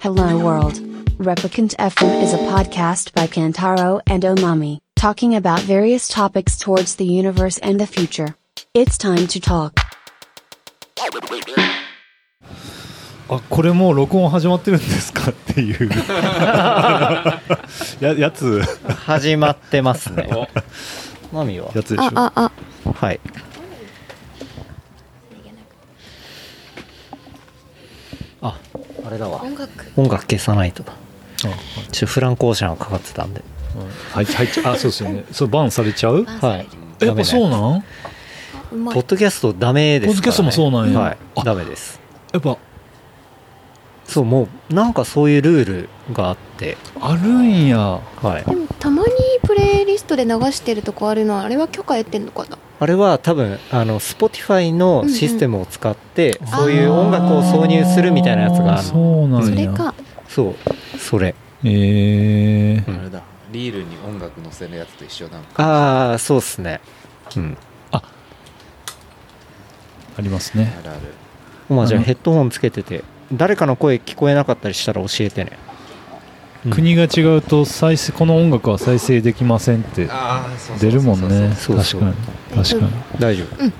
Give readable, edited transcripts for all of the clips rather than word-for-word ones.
Hello World. Replicant FM is a podcast by Kantaro and Omami, talking about various topics towards the universe and the future. It's time to talk. あ、これもう録音始まってるんですかっていうやつ始まってますね。マミはやつでしょ。 はい。あれだわ。音楽消さないとだ。ちょフランクオーシャンがかかってたんで。 はい、あ、そうですよね。それバンされちゃう？ はい。 やっぱそうなん？ ポッドキャストダメですからね。 ポッドキャストもそうなんや。 はい。ダメです。 やっぱそう、もうなんかそういうルールがあってあるんや。 はい。 でもたまにプレイリストで流してるとこあるのはあれは許可得てんのかな。 あれは多分Spotify のシステムを使って、そういう音楽を挿入するみたいなやつがある。 そうなんや。 それか。 そう、それ。 あれだ、リールに音楽載せるやつと一緒なんか。 ああ、そうっすね。うん。 ありますね。 あるある。 まあじゃあヘッドホンつけてて誰かの声聞こえなかったりしたら教えてね。 国が違うと再生、この音楽は再生できませんって出るもんね。確かに確かに。 大丈夫。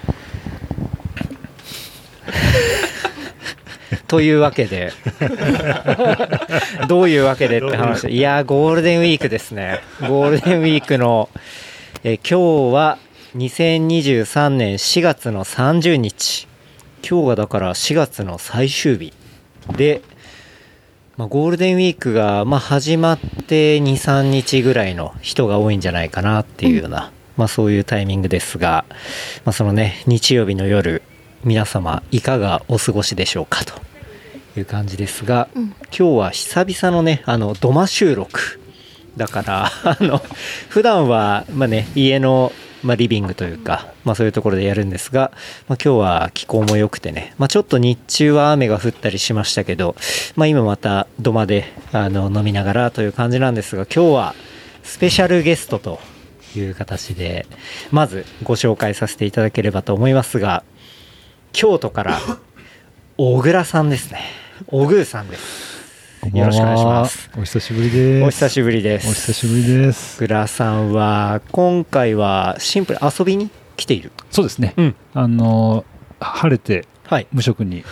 というわけでどういうわけでって話で、いやゴールデンウィークですね。ゴールデンウィークの今日は2023年4月の30日、今日がだから4月の最終日で、ゴールデンウィークが始まって 2,3 日ぐらいの人が多いんじゃないかなっていうような、そういうタイミングですが、そのね日曜日の夜皆様いかがお過ごしでしょうかという感じですが、今日は久々のね土間収録だから普段は家のリビングというか、そういうところでやるんですが、今日は気候も良くてね、ちょっと日中は雨が降ったりしましたけど、今また土間で飲みながらという感じなんですが、今日はスペシャルゲストという形でまずご紹介させていただければと思いますが、京都から小倉さんですね。小宮さんです。よろしくお願いします。 お久しぶりです。 お久しぶりです。 お久しぶりです。 小倉さんは今回はシンプル遊びに来ている。 そうですね。晴れて無職に、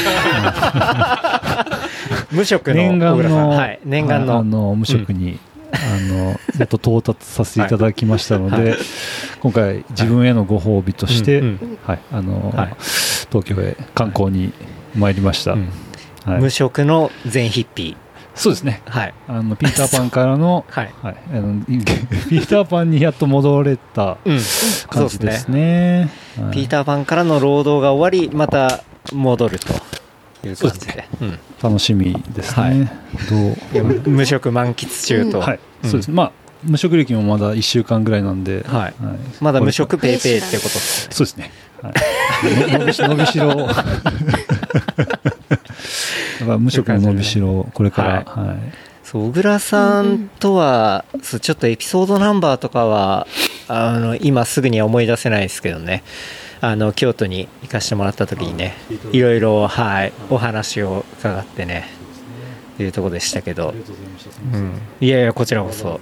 無職の念願の、 念願の無職に、やっと到達させていただきましたので、今回自分へのご褒美として、東京へ観光に参りました。 無職の全ヒッピー。 そうですね。 はい。 ピーターパンからの、ピーターパンにやっと戻れた感じですね。 ピーターパンからの労働が終わり、また戻るという感じで、 楽しみですね。 無職満喫中と。 そうです。無職歴もまだ1週間ぐらいなんで、 まだ無職ペイペイってこと。 そうですね。伸びしろ無職の伸びしろこれから、 小倉さんとはちょっとエピソードナンバーとかは今すぐには思い出せないですけどね、京都に行かせてもらった時にね、いろいろお話を伺ってねというところでしたけど、いやいやこちらこそ、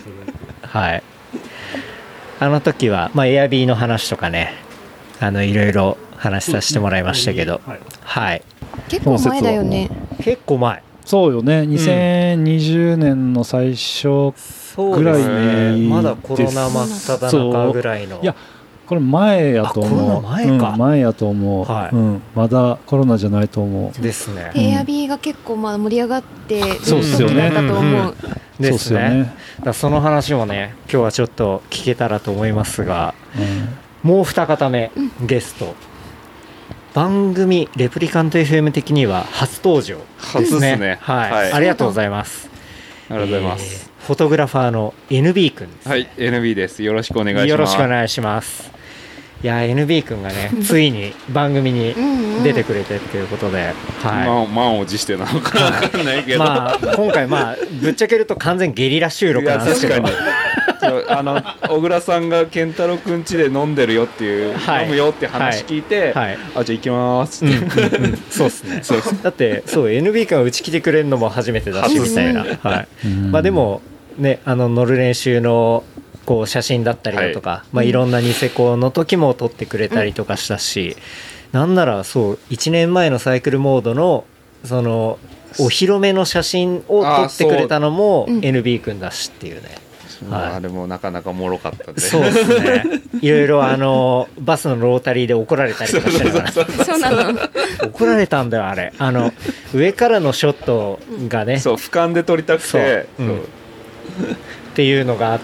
あの時はエアビーの話とかね、いろいろ話させてもらいましたけど、 結構前だよね。 結構前。 そうよね。2020年の最初ぐらいに、 まだコロナ真っ只中ぐらいの。 いやこれ前やと思う。前やと思う。まだコロナじゃないと思う。 ですね。 エアビーが結構盛り上がってる時だったと思う。 ですね。その話もね今日はちょっと聞けたらと思いますが、もう二方目ゲスト。番組レプリカント FM 的には初登場ですね。ありがとうございます。 ありがとうございます。 フォトグラファーの NB 君です。 はい、NB です。よろしくお願いします。 よろしくお願いします。いや NB 君がねついに番組に出てくれてっていうことで、 満を持してなのか分からないけど、 今回ぶっちゃけると完全ゲリラ収録なんですけど、 小倉さんが健太郎くん家で飲んでるよっていう、 はい飲むよって話聞いて、 はいあ、じゃあ行きますって、 そうですね。だってそう NB 君がうち来てくれるのも初めてだしみたいな、はい。まあでもね、乗る練習のこう写真だったりだとか、まあいろんなニセコの時も撮ってくれたりとかしたし、なんならそう1年前のサイクルモードのそのお披露目の写真を撮ってくれたのも NB 君だしっていうね。 あれもなかなかおもろかったんで。 そうですね。いろいろバスのロータリーで怒られたりとかしてるから。 そうなの。 怒られたんだよあれ。上からのショットがね。 そう俯瞰で撮りたくて。そう。 っていうのがあって、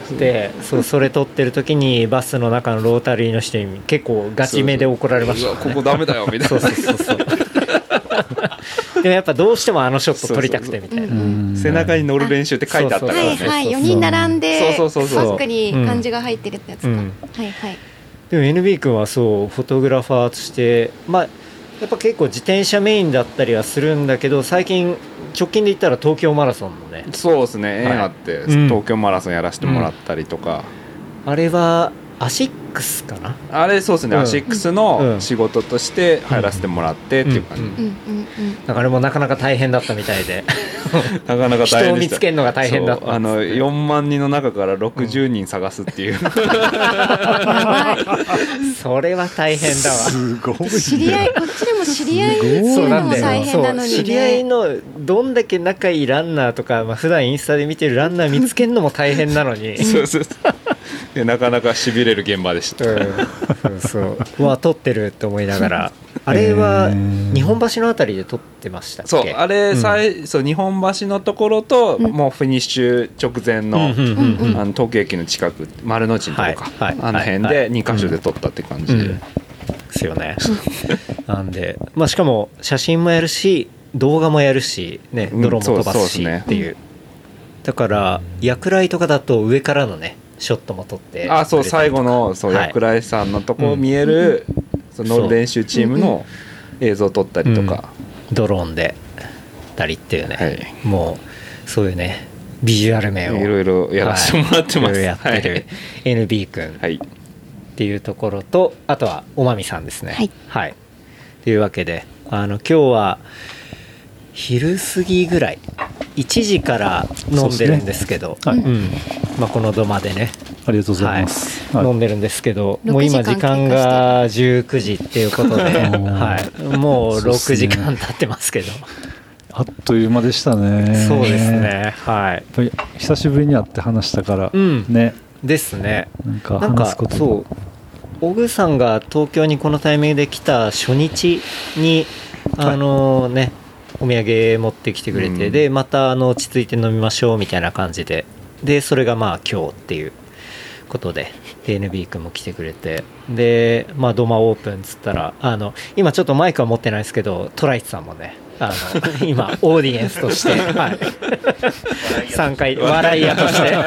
それ撮ってる時にバスの中のロータリーの人に結構ガチめで怒られましたね。 ここダメだよみたいな。そう。 でもやっぱどうしてもショット撮りたくてみたいな。 背中に乗る練習って書いてあったからね。 はい、4人並んでバックに漢字が入ってるってやつか。はいはい。 でも NB 君はそうフォトグラファーとしてまあやっぱ結構自転車メインだったりはするんだけど、最近直近で言ったら東京マラソンのね。 そうですね、縁あって東京マラソンやらせてもらったりとか、 あれはアシックスかな。 あれそうですね、アシックスの仕事として入らせてもらってっていう感じ。 だからあれもなかなか大変だったみたいでなかなか大変でした。 人を見つけるのが大変だった。 4万人の中から60人探すっていう、 それは大変だわ。 すごい、ね、 知り合いこっちでも知り合い見つけるのも大変なのにね。 知り合いのどんだけ仲いいランナーとか、まあ、普段インスタで見てるランナー見つけるのも大変なのにそうでなかなかしびれる現場でした。 そうは撮ってるって思いながらあれは日本橋のあたりで撮ってましたっけ。 そうあれ、そう日本橋のところと、もうフィニッシュ直前の、東京駅の近く丸の内のとこか、あの辺で2カ所で撮ったって感じで、 ですよね。なんで、まあ、しかも写真もやるし動画もやるし、ね、ドローンも飛ばすしっていう、だから薬来とかだと上からのねショットも撮って、 そう最後の薬来さんのとこ見える、その練習チームの映像を撮ったりとか、 ドローンでたりっていうね、もうそういうねビジュアル面をいろいろやらせてもらってます、 やってる NB 君っていうところと、あとはおまみさんですね。はい、というわけで今日は昼過ぎぐらい1時から飲んでるんですけど、まあ、この土間でねありがとうございます、 飲んでるんですけど、もう今時間が19時っていうことで、もう6時間経ってますけどあっという間でしたね。 そうですね、はい、 やっぱり久しぶりに会って話したから、ねですね。 なんか話すことそう小栗さんが東京にこのタイミングで来た初日にねお土産持ってきてくれて、でまた落ち着いて飲みましょうみたいな感じで、それがまあ今日っていうことで NB 君も来てくれて、でまあ土間オープンっつったら今ちょっとマイクは持ってないですけどトライチさんもね今オーディエンスとして、参加笑い屋として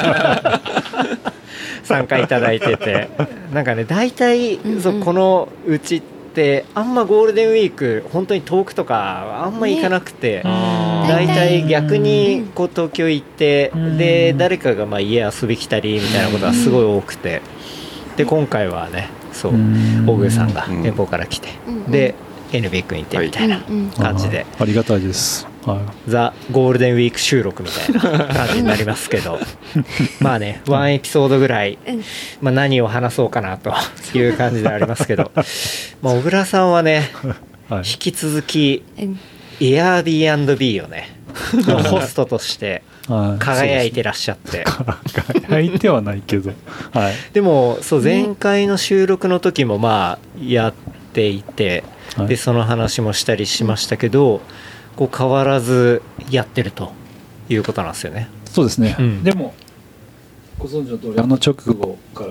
参加いただいてて、なんかね大体このうちってあんまゴールデンウィーク本当に遠くとかあんま行かなくて、大体逆にこう東京行って、で誰かがまあ家遊び来たりみたいなことがすごい多くて、で今回はねそう大栗さんが遠方から来て、で NB 君行ってみたいな感じで、 ありがたいです、 ザ・ゴールデンウィーク収録みたいな感じになりますけどまあねワンエピソードぐらい、まあ、何を話そうかなという感じでありますけどまあ小倉さんはね、引き続き Airbnb をねホストとして輝いてらっしゃって、 輝いてはないけど、 でもそう前回の収録の時もまあやっていて、でその話もしたりしましたけど、こう変わらずやってるということなんですよね。 そうですね、でもご存知の通り直後から、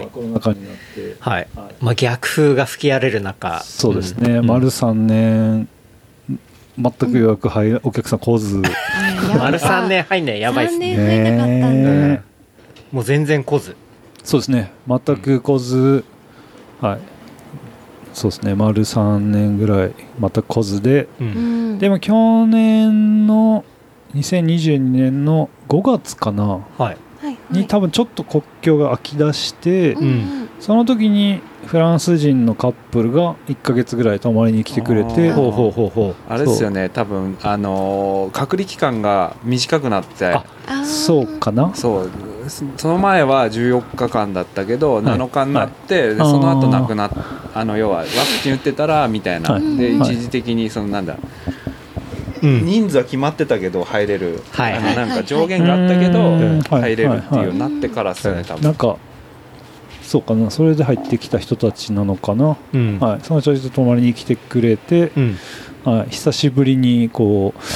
コロナ禍になって、 まあ、逆風が吹き荒れる中、 そうですね、丸3年全く予約お客さん来ず丸3年入んねやばいですね。 3年入んなかったんだ、 もう全然来ず。 そうですね、全く来ず、そうですね、丸3年ぐらいまた来ずで、でも去年の2022年の5月かな、 に多分ちょっと国境が空き出して、その時にフランス人のカップルが1ヶ月ぐらい泊まりに来てくれて、 あれですよね、多分隔離期間が短くなって、 そうかな、 そうその前は14日間だったけど7日になって、その後なくなっ要はワクチン打ってたらみたいな、で一時的にそのなんだ、人数は決まってたけど入れる、なんか上限があったけど入れるっていうようになってからですよね、多分。 なんかそうかな、それで入ってきた人たちなのかな、その人たちと泊まりに来てくれて、久しぶりにこう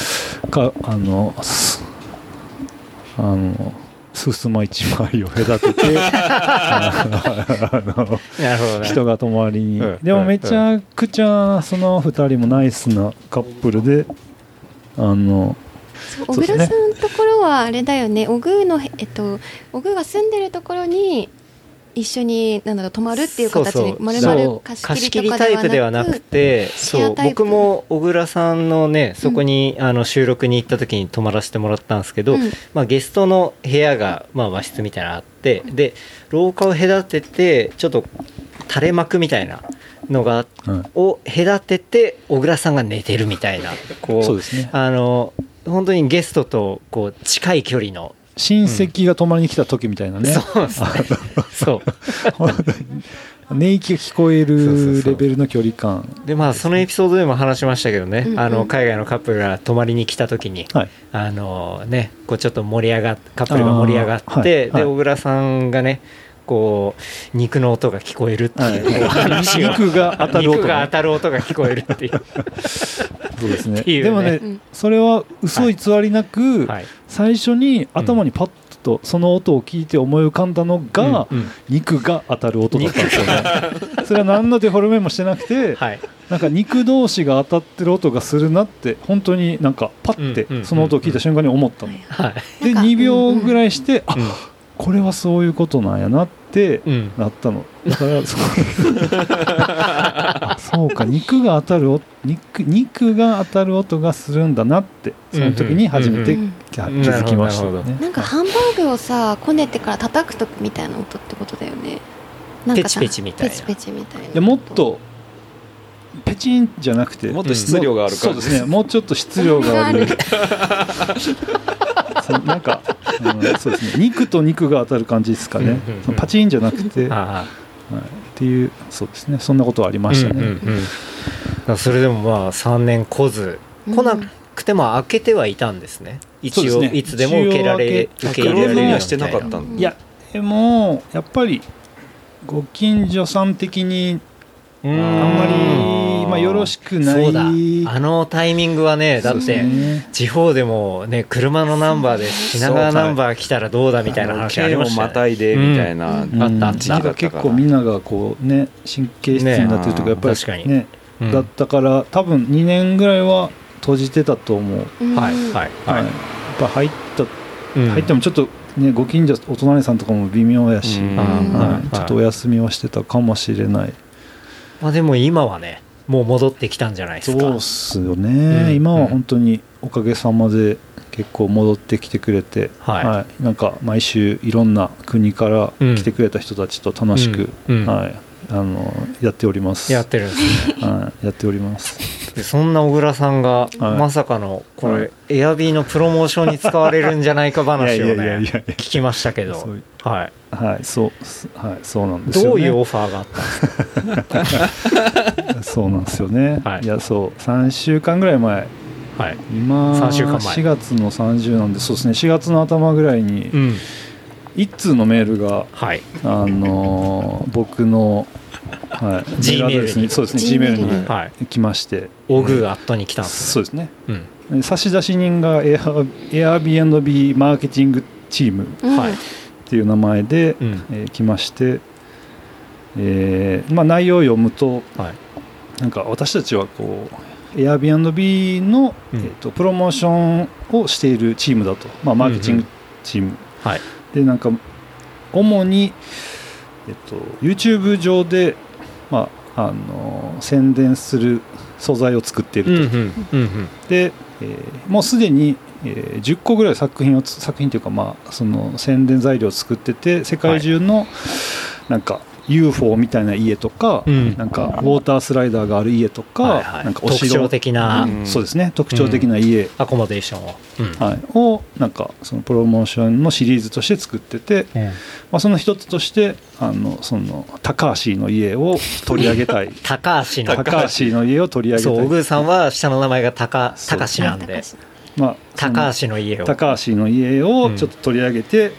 すすま一枚を隔てて人が泊まりに、でもめちゃくちゃその2人もナイスなカップルで、 小倉さんのところはあれだよね、オグーが住んでるところに一緒に泊まるっていう形で、まるまる貸し切りとかタイプではなくて、僕も小倉さんのね、そこに収録に行った時に泊まらせてもらったんですけど、ゲストの部屋が和室みたいなのあって、で廊下を隔ててちょっと垂れ幕みたいなのがを隔てて小倉さんが寝てるみたいな、 そうですね、 本当にゲストとこう近い距離の親戚が泊まりに来た時みたいなね、 そうですね寝息が聞こえるレベルの距離感で、そのエピソードでも話しましたけどね、海外のカップルが泊まりに来た時に、こうちょっとカップルが盛り上がって、で小倉さんがねこう肉の音が聞こえるっていう話を、 肉が当たる音が聞こえるっていうそうですね。でもね、それは嘘偽りなく、最初に頭にパッとその音を聞いて思い浮かんだのが、肉が当たる音だったんですよね。それは何のデフォルメもしてなくて、なんか肉同士が当たってる音がするなって本当になんかパッてその音を聞いた瞬間に思ったの。で2秒ぐらいして、これはそういうことなんやなってなったの。だからそうか、肉が当たる音がするんだなって、その時に初めて気づきましたね。 なんかハンバーグをさこねてから叩く時みたいな音ってことだよね。なんかペチペチみたいな。 ペチペチみたいな。 いやもっとペチンじゃなくて、 もっと質量があるから、 そうですね、もうちょっと質量があるなんか、そうですね、肉と肉が当たる感じですかね。パチンじゃなくて、っていう、そうですね、そんなことはありましたね。 それでも3年来なくても開けてはいたんですね。一応いつでも受け入れられるようにはしてなかったんで。いやでもやっぱりご近所さん的にあんまりよろしくない。 そうだ、タイミングはね、だって地方でもね車のナンバーで品川ナンバー来たらどうだみたいな話ありましたね。 またいでみたいな時期だったから、結構みんながこうね神経質になってるとかやっぱりねだったから、多分2年ぐらいは閉じてたと思う。やっぱ入ってもちょっとね、ご近所お隣さんとかも微妙やし、ちょっとお休みはしてたかもしれない。 でも今はねもう戻ってきたんじゃないですか。 そうっすよね、今は本当におかげさまで結構戻ってきてくれて、なんか毎週いろんな国から来てくれた人たちと楽しく、やっております。 やってるんですね。 やっております。 でそんな小倉さんがまさかのこれエアビーのプロモーションに使われるんじゃな話をね聞きましたけど、 そうなんですよね。 どういうオファーがあったんですか。 そうなんですよね。いやそう3週間ぐらい前、今4月の30なんで、そうですね、4月の頭ぐらいに一通のメールが僕の Gmail に、 そうですね、Gmail に来まして、 オグアットに来たんです。 そうですね。差出人がAirbnb マーケティングチームっていう名前で来まして、内容を読むと、なんか私たちはこう Airbnb のプロモーションをしているチームだと、マーケティングチームで、なんか主にYouTube 上で宣伝する素材を作っていると。で、もうすでに 10個ぐらい作品というか、まあ、その宣伝材料を作ってて、世界中のなんか UFO みたいな家とか、なんかウォータースライダーがある家とか、なんかお城特徴的な、 そうですね、特徴的な家、 アコモデーションを、 をなんかそのプロモーションのシリーズとして作ってて、まあ、その一つとしてその高橋の家を取り上げたい高橋の家を取り上げたい。 そう、小宮さんは下の名前が高橋なんで、まあ、高橋の家をちょっと取り上げて、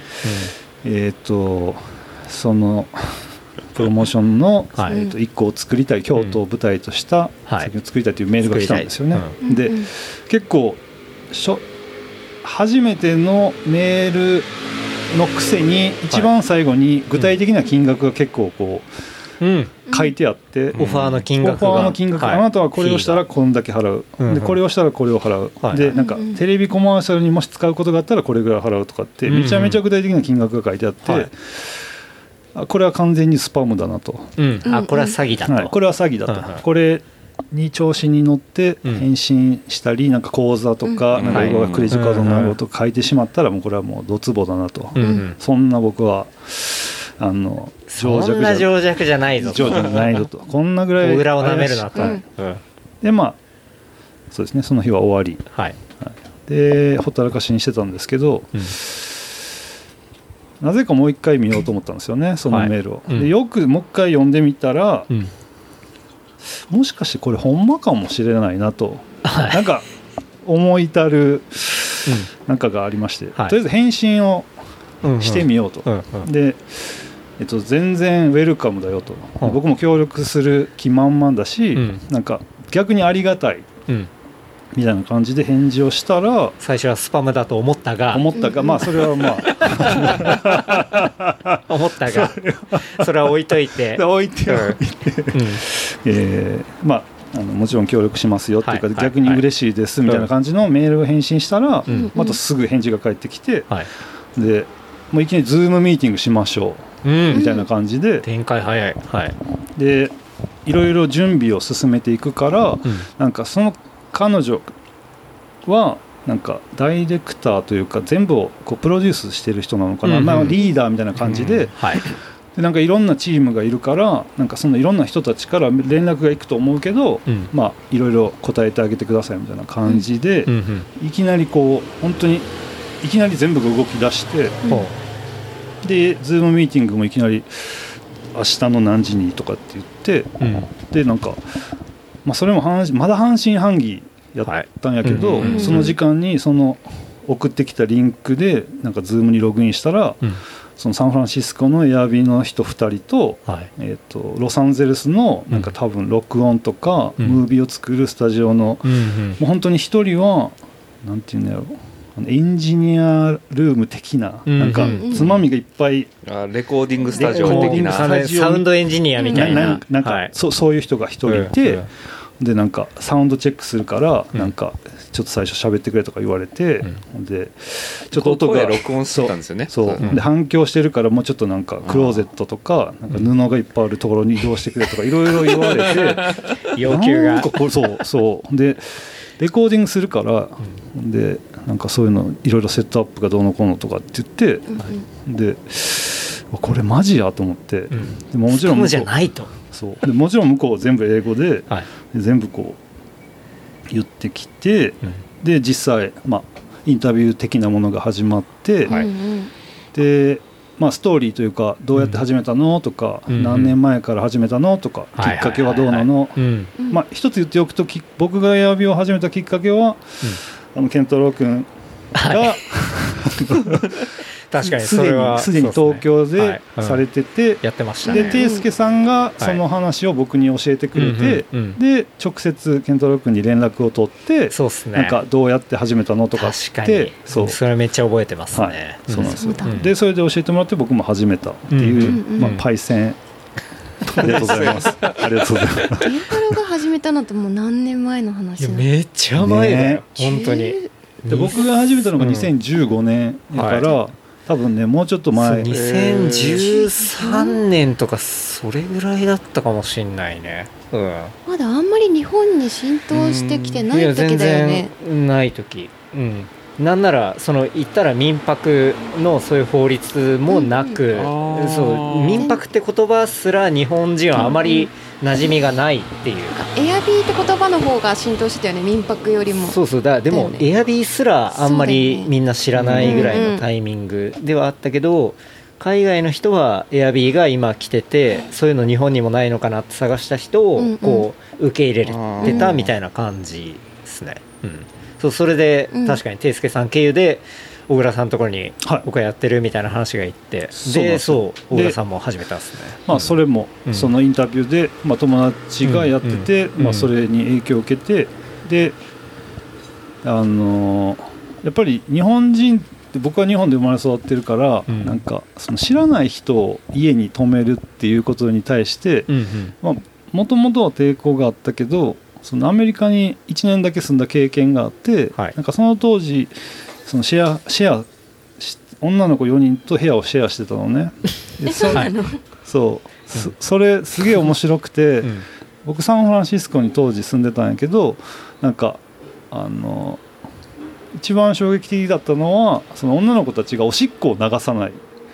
そのプロモーションの1個を作りたい、京都を舞台とした作品を作りたいというメールが来たんですよね。で結構初めてのメールのくせに一番最後に具体的な金額が結構こう書いてあって、 オファーの金額が、 あなたはこれをしたらこんだけ払う、でこれをしたらこれを払う、でなんかテレビコマーシャルにもし使うことがあったらこれぐらい払うとかってめちゃめちゃ具体的な金額が書いてあって、これは完全にスパムだなと、 これは詐欺だと、 これは詐欺だと、これに調子に乗って返信したり、なんか口座とか、なんかクレジットカードの番号とか書いてしまったら、もうこれはもうドツボだなと、そんな僕はそんな情弱じゃないぞと、こんなぐらい裏をなめるなと、 でまあそうですね、その日は終わり、でほったらかしにしてたんですけど、なぜかもう一回見ようと思ったんですよね、そのメールを。でよくもう一回読んでみたら、もしかしてこれほんまかもしれないなと、なんか思い至るなんかがありまして、とりあえず返信をしてみようと、で、全然ウェルカムだよと、僕も協力する気満々だし、なんか逆にありがたい、みたいな感じで返事をしたら、 最初はスパムだと思ったが、 まあそれはまあ思ったがそれは置いといてまあもちろん協力しますよっていうか、逆に嬉しいですみたいな感じのメールを返信したら、またすぐ返事が返ってきて、でもういきなりズームミーティングしましょうみたいな感じで、 展開早い、 でいろいろ準備を進めていくから、なんかその彼女はなんかダイレクターというか全部をこうプロデュースしてる人なのかな、まあ、リーダーみたいな感じで、でなんかいろんなチームがいるから、なんかそのいろんな人たちから連絡がいくと思うけど、まあいろいろ答えてあげてくださいみたいな感じで、いきなりこう本当にいきなり全部が動き出して、でズームミーティングもいきなり明日の何時にとかって言って、でなんかまあ、それもまだ半信半疑やったんやけど、その時間にその送ってきたリンクでなんか Zoom にログインしたら、そのサンフランシスコのエアビーの人2人と、ロサンゼルスのなんか多分録音とか、ムービーを作るスタジオの、もう本当に1人はなんていうんだろう、エンジニアルーム的な、なんかつまみがいっぱい、 レコーディングスタジオ的なサウンドエンジニアみたいな、 なんかそういう人が1人いて、でなんかサウンドチェックするから、なんかちょっと最初喋ってくれとか言われて、でちょっと音が録音してたんですよね。 で反響してるから、もうちょっとなんかクローゼットとか、なんか布がいっぱいあるところに移動してくれとかいろいろ言われて要求がなんかこれそうでレコーディングするから、でなんかそういうのいろいろセットアップがどうのこうのとかって言って、でこれマジやと思って、でもちろん向こうじゃないと、 そうでもちろん向こう全部英語で、全部こう言ってきて、で実際、まあ、インタビュー的なものが始まって、で、まあ、ストーリーというかどうやって始めたのとか、何年前から始めたのとか、きっかけはどうなの、まあ、一つ言っておくと、僕がエアビーを始めたきっかけは、ケンタロウ君が確かにそれはすでに東京でされてて、 やってましたね。 でテイスケさんがその話を僕に教えてくれて、で直接ケンタロウ君に連絡を取って、なんかどうやって始めたのとかって、 それめっちゃ覚えてますね。 そうなんですよ。でそれで教えてもらって僕も始めたっていう、まあパイセンありがとうございます。ありがとうございます。 ケンタロウが始めたのってもう何年前の話なの？ めっちゃ前だよ、本当に。 で僕が始めたのが2015年だから、多分ねもうちょっと前、 2013年とかそれぐらいだったかもしれないね。 まだあんまり日本に浸透してきてない時だよね。 いや全然ない時。 なんなら言ったら民泊のそういう法律もなく、そう民泊って言葉すら日本人はあまり馴染みがないっていうか、 エアビーって言葉の方が浸透してたよね、民泊よりも。 そうでもエアビーすらあんまりみんな知らないぐらいのタイミングではあったけど、海外の人はエアビーが今来てて、そういうの日本にもないのかなって探した人をこう受け入れてたみたいな感じですね。それで確かに貞介さん経由で小倉さんのところに僕はやってるみたいな話がいって、で小倉さんも始めたんですね。 それもそのインタビューで友達がやってて、それに影響を受けて、でやっぱり日本人って僕は日本で生まれ育ってるから、なんかその知らない人を家に泊めるっていうことに対してもともとは抵抗があったけど、そのアメリカに1年だけ住んだ経験があって、なんかその当時そのシェア女の子4人と部屋をシェアしてたのね。それすげえ面白くて、僕サンフランシスコに当時住んでたんやけど、なんか一番衝撃的だったのはその女の子たちがおしっこを流さない。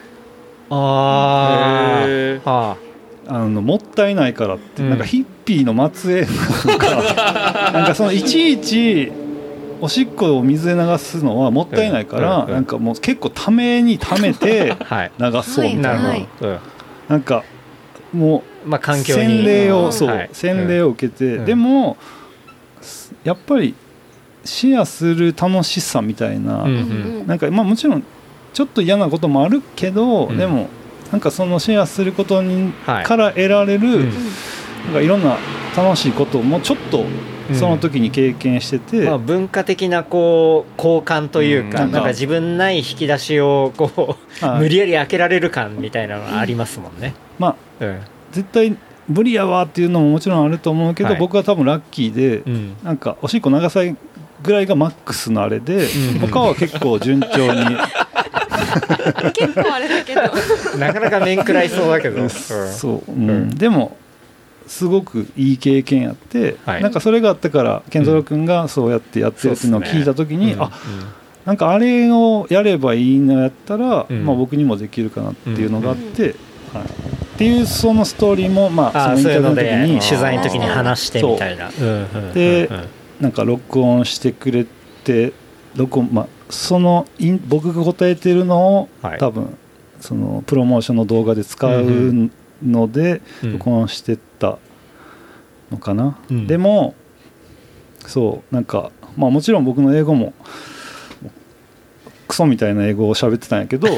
もったいないからって、なんかヒッピーの末裔なのかなんかそのいちいちおしっこを水で流すのはもったいないから、なんかもう結構ためにためて流そうみたいな、なんかもう洗礼を受けて、でもやっぱりシェアする楽しさみたいな、なんかもちろんちょっと嫌なこともあるけど、でもなんかそのシェアすることにから得られる、なんかいろんな楽しいこともちょっとその時に経験してて、 文化的なこう交換というか、なんか自分ない引き出しをこう、無理やり開けられる感みたいなのがありますもんね。 絶対無理やわっていうのももちろんあると思うけど、僕は多分ラッキーで、なんかおしっこ流さないぐらいがマックスのあれで、他は結構順調に結構あれだけどなかなか面食らいそうだけどでもすごくいい経験やって、なんかそれがあったから健三郎君がそうやってやってるっていうのを聞いた時に、なんかあれをやればいいのやったら、僕にもできるかなっていうのがあって、っていうそのストーリーもそのインタビューの時に取材の時に話してみたいな、 でなんか録音してくれて、その僕が答えてるのを多分そのプロモーションの動画で使うので録音してたのかな。でもそうなんかもちろん僕の英語もクソみたいな英語を喋ってたんやけど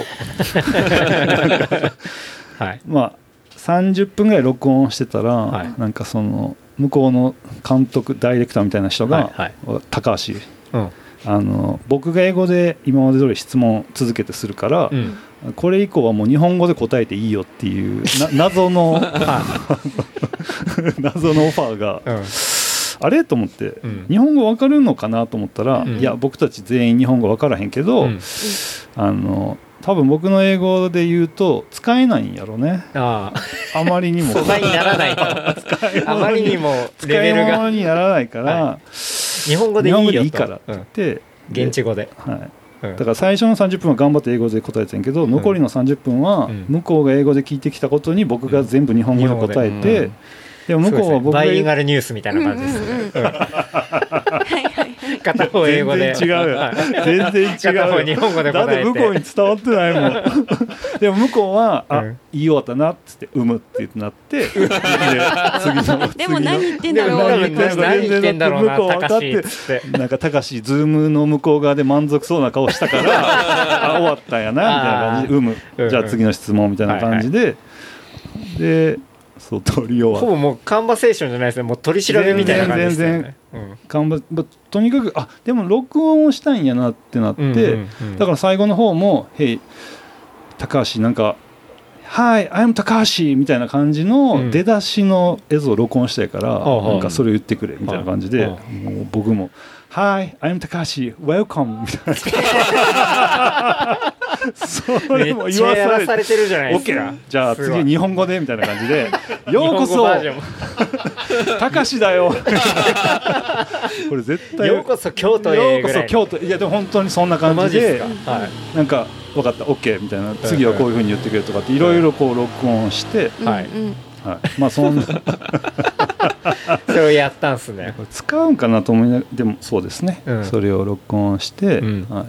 30分ぐらい録音してたら、なんかその向こうの監督ダイレクターみたいな人が、高橋、僕が英語で今まで通り質問続けてするから、これ以降はもう日本語で答えていいよっていう謎の謎のオファーが、あれと思って、日本語分かるのかなと思ったら、いや僕たち全員日本語分からへんけど、多分僕の英語で言うと使えないんやろね。あまりにも素材にならないとあまりにもレベルが使い物にならないから、 日本語でいいよと、 いいからって言って、 現地語で、 だから最初の30分は頑張って英語で答えてんけど、残りの30分は向こうが英語で聞いてきたことに僕が全部日本語で答えて、でも向こうは僕がバイリンガルニュースみたいな感じですね。片方英語で全然違うよ全然違うよ、 片方日本語で答えて、 だって向こうに伝わってないもんでも向こうは言い終わったなっつってってなって次のでも何言ってんだろう、 何言ってんだろうな高橋っつって、 なんか高橋ズームの向こう側で満足そうな顔したから終わったんやなみたいな感じでじゃあ次の質問みたいな感じで、でそう取り終わほぼもうカンバセーションじゃないですね、もう取り調べみたいな感じですね。 とにかくでも録音をしたいんやなってなって、だから最後の方も「Hey 高橋なんか Hi I'm 高橋」みたいな感じの出だしの映像を録音したいから、なんかそれ言ってくれみたいな感じで、もう僕も Hi, I'm Takashi, welcome みたいなそれも言わされてるじゃないですか。じゃあ次日本語でみたいな感じでようこそたかしだよこれ絶対ようこそ京都へようこそ京都。いやでも本当にそんな感じで、はい、なんか分かった OK みたいな、次はこういう風に言ってくれとかっていろいろこう録音して、はいはい、まあそんなそれをやったんすね。 使うんかなと思いながら、でもそうですね、それを録音して、はい、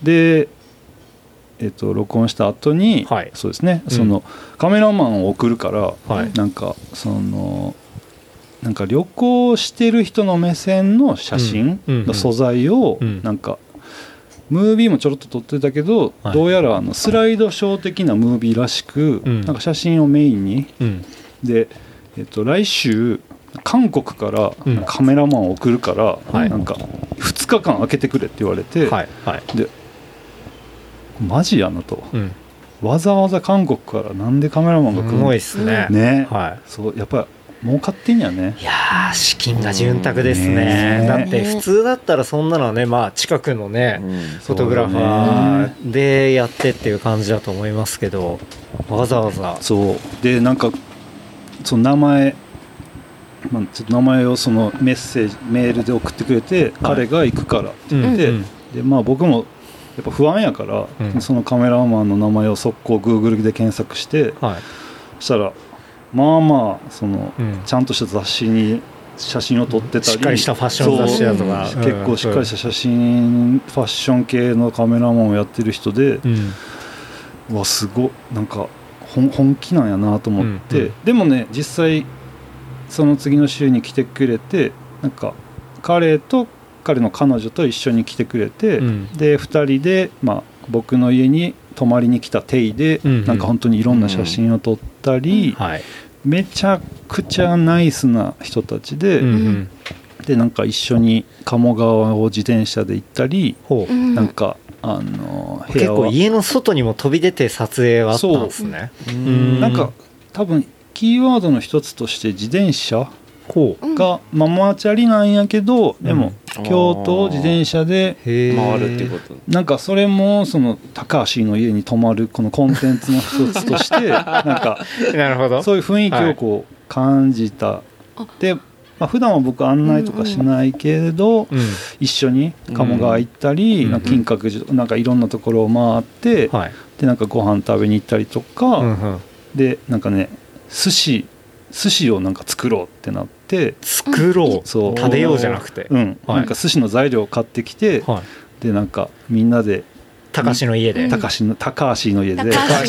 で録音した後に、はい、そうですね、そのカメラマンを送るから、はい、なんかなんか旅行してる人の目線の写真の素材を、なんかムービーもちょろっと撮ってたけど、はい、どうやらスライドショー的なムービーらしく、なんか写真をメインに、で、来週韓国からカメラマンを送るから、なんか2日間空けてくれって言われて、でマジやなと、わざわざ韓国からなんでカメラマンが来るの。 すごいっすね。 ね、はい、そうやっぱり儲かってんやね。 いやー資金が潤沢ですね。だって普通だったらそんなのはね、まあ近くのね、フォトグラファーでやってっていう感じだと思いますけど、わざわざそうでなんかその名前、まあ、ちょっと名前をそのメールで送ってくれて、彼が行くからって言って、でまあ僕もやっぱ不安やから、そのカメラマンの名前を速攻 Google で検索して、そしたらまあまあその、ちゃんとした雑誌に写真を撮ってたり、 しっかりしたファッション雑誌だとか、 結構しっかりした写真、ファッション系のカメラマンをやってる人で、うわすごいなんか本気なんやなと思って、でもね実際その次の週に来てくれて、なんか彼の彼女と一緒に来てくれて、で2人で、まあ、僕の家に泊まりに来たテイで、なんか本当にいろんな写真を撮ったり、めちゃくちゃナイスな人たちで、でなんか一緒に鴨川を自転車で行ったり、なんか結構家の外にも飛び出て撮影があったんですね。 なんか多分キーワードの一つとして自転車がママチャリなんやけど、でも京都を自転車で回るっていうこと。 なんかそれもその高橋の家に泊まるこのコンテンツの一つとしてなんかなるほど、 そういう雰囲気をこう感じた。でまあ、普段は僕案内とかしないけれど、一緒に鴨川行ったり、なんか金閣寺なんかいろんなところを回って、でなんかご飯食べに行ったりとか、でなんかね寿司をなんか作ろうってなって、 作ろう、そう食べようじゃなくて、 なんか寿司の材料を買ってきて、でなんかみんなで高橋の家で高橋の家で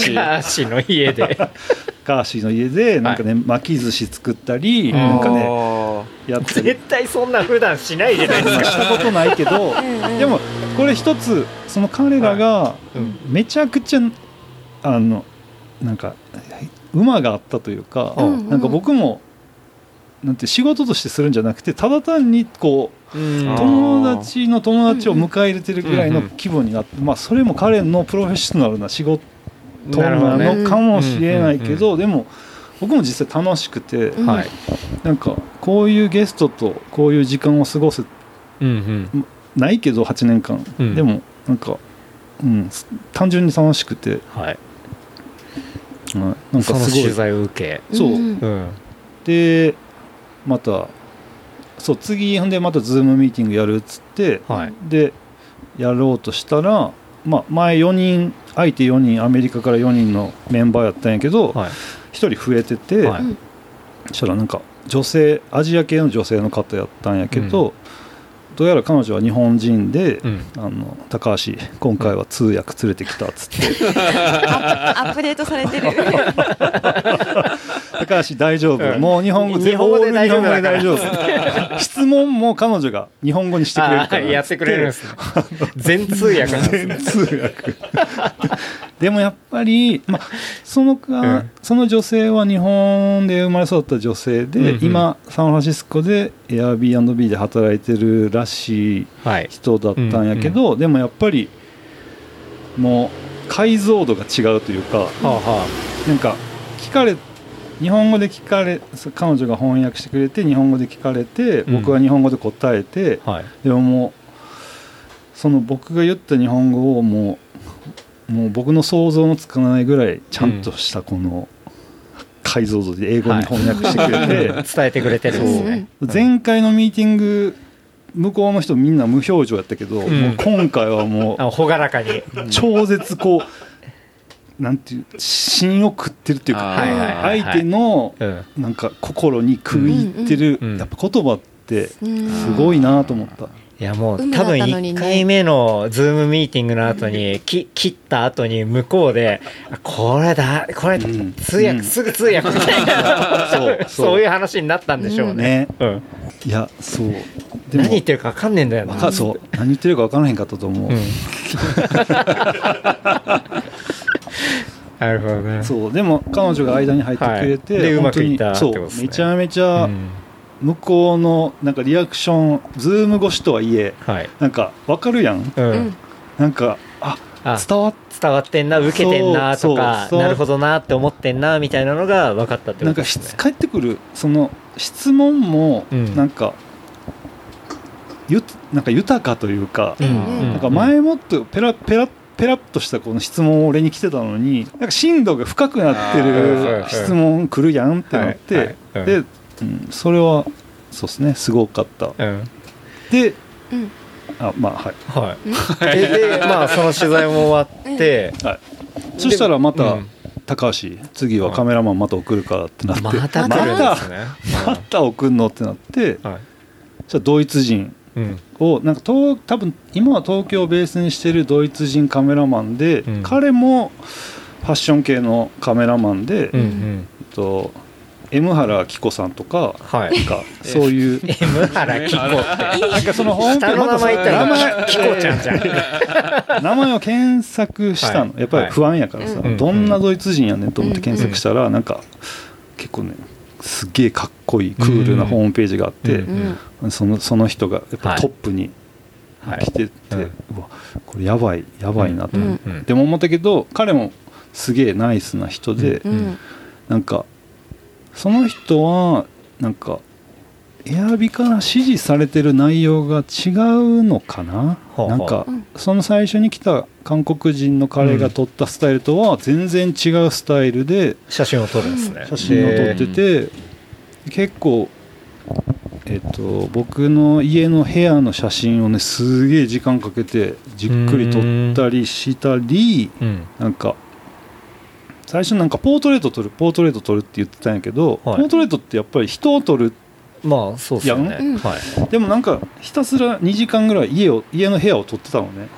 高橋の家でなんかね、巻き寿司作ったり、なんかねやって絶対そんな普段しないじゃないですか。 したことないけどでもこれ一つその彼らがめちゃくちゃなんか馬があったというか、なんか僕もなんて仕事としてするんじゃなくて、ただ単にこう友達の友達を迎え入れてるぐらいの規模になって、まあそれも彼のプロフェッショナルな仕事なのかもしれないけど、でも僕も実際楽しくて、なんかこういうゲストとこういう時間を過ごせないけど8年間、でもなんか、単純に楽しくて、 なんかすごいその取材を受け、 でまた次ほんでまたズームミーティングやるっつって、でやろうとしたら、まあ、前相手4人アメリカから4人のメンバーやったんやけど、1人増えてて、そしたらなんかアジア系の女性の方やったんやけど、どうやら彼女は日本人で、高橋今回は通訳連れてきたっつってアップデートされてる高橋大丈夫、もう日本語で大丈夫質問も彼女が日本語にしてくれるからやってくれるんですね全通訳なんですね。 全通訳でもやっぱり、その女性は日本で生まれ育った女性で、今サンフランシスコで Airbnb で働いてるらしい人だったんやけど、でもやっぱりもう解像度が違うというか、なんか聞かれ日本語で聞かれ彼女が翻訳してくれて日本語で聞かれて僕は日本語で答えて、でももうその僕が言った日本語をもう僕の想像のつかないぐらいちゃんとしたこの解像度で英語に翻訳してくれて、 伝えてくれてるんですね。 前回のミーティング向こうの人みんな無表情やったけど、もう今回はもう朗らかに超絶こうなんていう芯を食ってるっていうか、相手のなんか心に食い入ってる、やっぱ言葉ってすごいなと思った。 いやもう多分1回目のズームミーティングの後に切った後に向こうでこれ通訳、すぐ通訳みたいなそういう話になったんでしょうね。 いやそうでも何言ってるか分かんねえんだよな。 そう何言ってるか分からへんかったと思う。 なるほどね。 そうでも彼女が間に入ってくれて、 でうまくいったってことですね。 めちゃめちゃ向こうのなんかリアクションズーム越しとはいえ、なんか分かるやん、なんか伝わってんな受けてんなとかなるほどなって思ってんなみたいなのが分かったってことですね。なんか返ってくるその質問もなんか豊かというか、なんか前もっとペラッとしたこの質問を俺に来てたのになんか深度が深くなってる質問来るやんってなって、でそれはそうですねすごかった。で、まあでまあその取材も終わって、 そしたらまた高橋次はカメラマンまた送るからってなって、また送るのってなって、じゃあドイツ人をなんか多分今は東京をベースにしてるドイツ人カメラマンで、彼もファッション系のカメラマンで、M原希子さんとか、なんかそういう M 原希子ってなんかそのホームページの名前言ったら希子ちゃんじゃん。 名前を検索したの、やっぱり不安やからさ、どんなドイツ人やねんと思って検索したら、なんか結構ねすげえかっこいいクールなホームページがあって、その人がやっぱトップに来てて、うわこれやばいなと思って、でも思ったけど彼もすげえナイスな人で、なんかその人はなんかエアビから指示されてる内容が違うのかな、なんかその最初に来た韓国人の彼が撮ったスタイルとは全然違うスタイルで写真を撮るんですね。 写真を撮ってて、結構僕の家の部屋の写真をねすげえ時間かけてじっくり撮ったりしたり、なんか最初なんかポートレート撮るって言ってたんやけど、ポートレートってやっぱり人を撮るまあそうですよね、 でもなんかひたすら2時間ぐらい家の部屋を撮ってたのね、